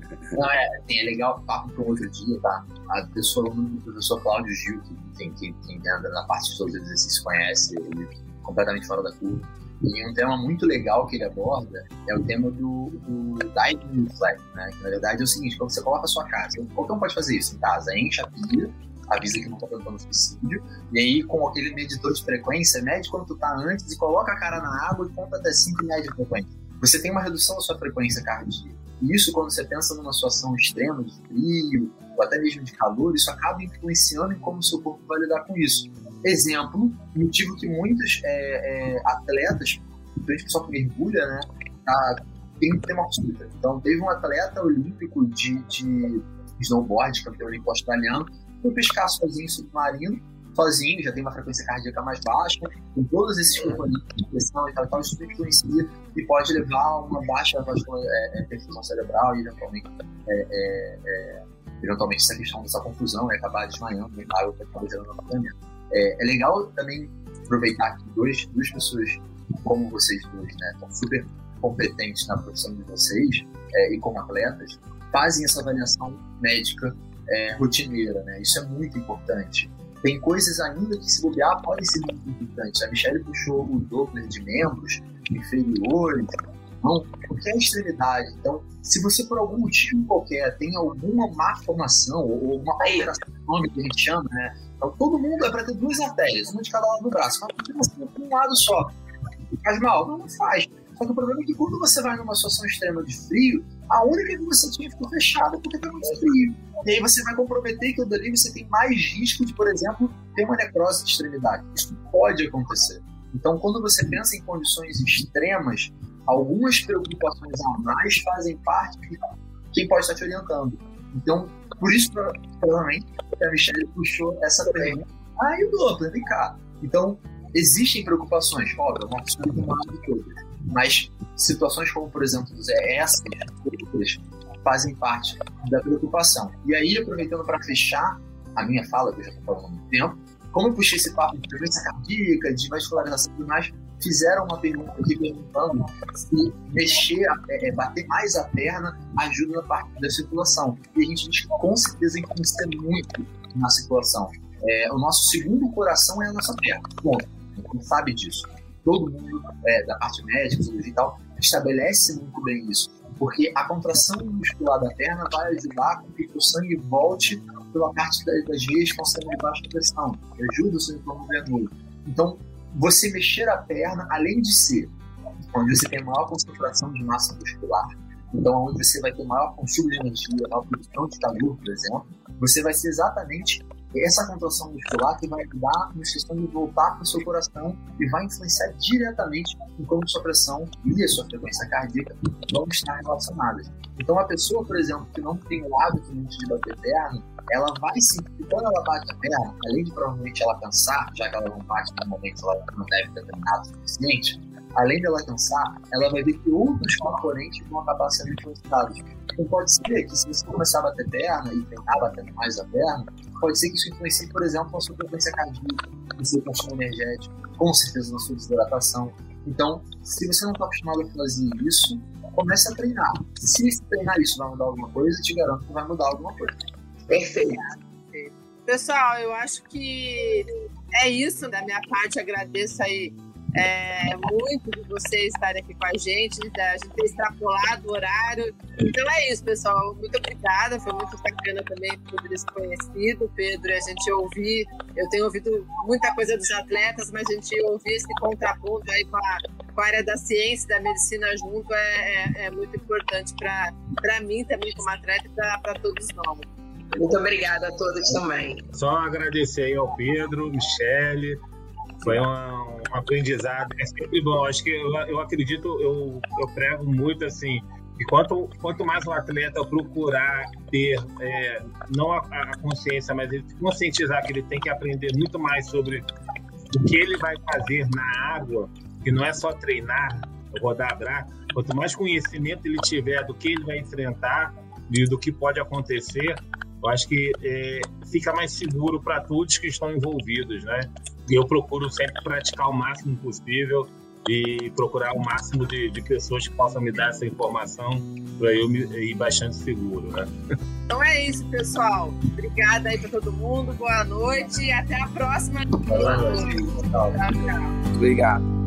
Não, é, assim, é legal, papo para um outro dia, tá? A pessoa, o professor Cláudio Gil, que quem, quem, quem anda na parte de todos os exercícios conhece, ele é completamente fora da curva. E um tema muito legal que ele aborda é o tema do, do Diving Reflect, né? Que na verdade é o seguinte, quando você coloca a sua casa, qualquer um pode fazer isso em casa, enche a pia, avisa que não está tentando suicídio, e aí com aquele medidor de frequência, mede quanto tu tá antes e coloca a cara na água e conta até cinco e mede a frequência. Você tem uma redução da sua frequência cardíaca. E isso, quando você pensa numa situação extrema de frio, ou até mesmo de calor, isso acaba influenciando em como o seu corpo vai lidar com isso. Exemplo, motivo que muitos é, é, atletas, principalmente pessoal que mergulha, né, tá, tem que ter uma consulta. Então, teve um atleta olímpico de, de snowboard, campeão olímpico australiano, foi pescar sozinho submarino, sozinho, já tem uma frequência cardíaca mais baixa, com todos esses componentes de pressão e tal, e tal, isso influencia e pode levar a uma baixa é, é, perfusão cerebral e eventualmente, é, é, é, eventualmente essa questão dessa confusão e acabar desmaiando e água que acaba gerando afogamento. É, é legal também aproveitar que dois, duas pessoas como vocês dois, né, estão super competentes na profissão de vocês é, e como atletas, fazem essa avaliação médica é, rotineira, né? Isso é muito importante. Tem coisas ainda que, se bobear, podem ser muito importantes. A Michelle puxou o Doppler de membros inferiores, não, qualquer extremidade. Então, se você, por algum motivo qualquer, tem alguma má formação ou uma alteração que a gente chama, né? Então, todo mundo é para ter duas artérias, uma de cada lado do braço. Mas você tem um lado só. Faz mal? Não, não faz. Só que o problema é que quando você vai numa situação extrema de frio, a única que você tinha ficou fechada porque está muito frio. E aí você vai comprometer que dali você tem mais risco de, por exemplo, ter uma necrose de extremidade. Isso pode acontecer. Então, quando você pensa em condições extremas, algumas preocupações a mais fazem parte de quem pode estar te orientando. Então, por isso, provavelmente, a Michelle puxou essa pergunta. Ah, e o Doppler, vem cá. Então, existem preocupações, óbvio, não absoluto mais do que outras, mas situações como, por exemplo, essas, outras, fazem parte da preocupação. E aí, aproveitando para fechar a minha fala, que eu já estou falando há muito tempo, como eu puxei esse papo de frequência cardíaca, de vascularização e tudo mais, fizeram uma pergunta aqui perguntando se mexer, é, bater mais a perna ajuda na parte da circulação. E a gente diz que com certeza influencia muito na circulação. É, o nosso segundo coração é a nossa perna. Bom, a gente sabe disso. Todo mundo é, da parte médica, cirurgia e tal, estabelece muito bem isso. Porque a contração muscular da perna vai ajudar com que o sangue volte pela parte das veias com sangue de baixa pressão, que ajuda o seu entorno venoso. Então, você mexer a perna, além de ser onde você tem maior concentração de massa muscular, então onde você vai ter maior consumo de energia, maior produção de calor, por exemplo, você vai ser exatamente essa contração muscular que vai ajudar na questão de voltar para o seu coração e vai influenciar diretamente em como sua pressão e a sua frequência cardíaca vão estar relacionadas. Então, a pessoa, por exemplo, que não tem o hábito muito de bater perna, ela vai sentir, quando ela bate a perna, além de provavelmente ela cansar, já que ela não bate normalmente, ela não deve ter treinado o suficiente, além dela cansar, ela vai ver que outros componentes vão acabar sendo influenciados. Então pode ser que, se você começar a bater perna e treinar batendo mais a perna, pode ser que isso influencie, por exemplo, na sua frequência cardíaca, no seu consumo energético, com certeza na sua desidratação. Então, se você não está acostumado a fazer isso, comece a treinar. Se treinar isso vai mudar alguma coisa, eu te garanto que vai mudar alguma coisa. Perfeito. Pessoal, eu acho que é isso da minha parte. Agradeço aí é, muito de vocês estarem aqui com a gente, da gente ter extrapolado o horário. Então é isso, pessoal. Muito obrigada. Foi muito bacana também poder ser conhecido, Pedro. A gente ouvir, eu tenho ouvido muita coisa dos atletas, mas a gente ouvir esse contraponto aí com a, com a área da ciência, da medicina junto é, é, é muito importante para mim também como atleta e para todos nós. Muito obrigada a todos também. Só agradecer aí ao Pedro, Michelle. Foi um, um aprendizado. É sempre bom. Acho que eu, eu acredito, eu, eu prego muito assim, que quanto, quanto mais o atleta procurar ter, é, não a, a consciência, mas ele conscientizar que ele tem que aprender muito mais sobre o que ele vai fazer na água, que não é só treinar, rodar braço. Quanto mais conhecimento ele tiver do que ele vai enfrentar e do que pode acontecer, eu acho que é, fica mais seguro para todos que estão envolvidos, né? E eu procuro sempre praticar o máximo possível e procurar o máximo de, de pessoas que possam me dar essa informação para eu me, ir bastante seguro, né? Então é isso, pessoal. Obrigada aí para todo mundo. Boa noite e até a próxima. Boa noite. Tchau, tchau. Obrigado.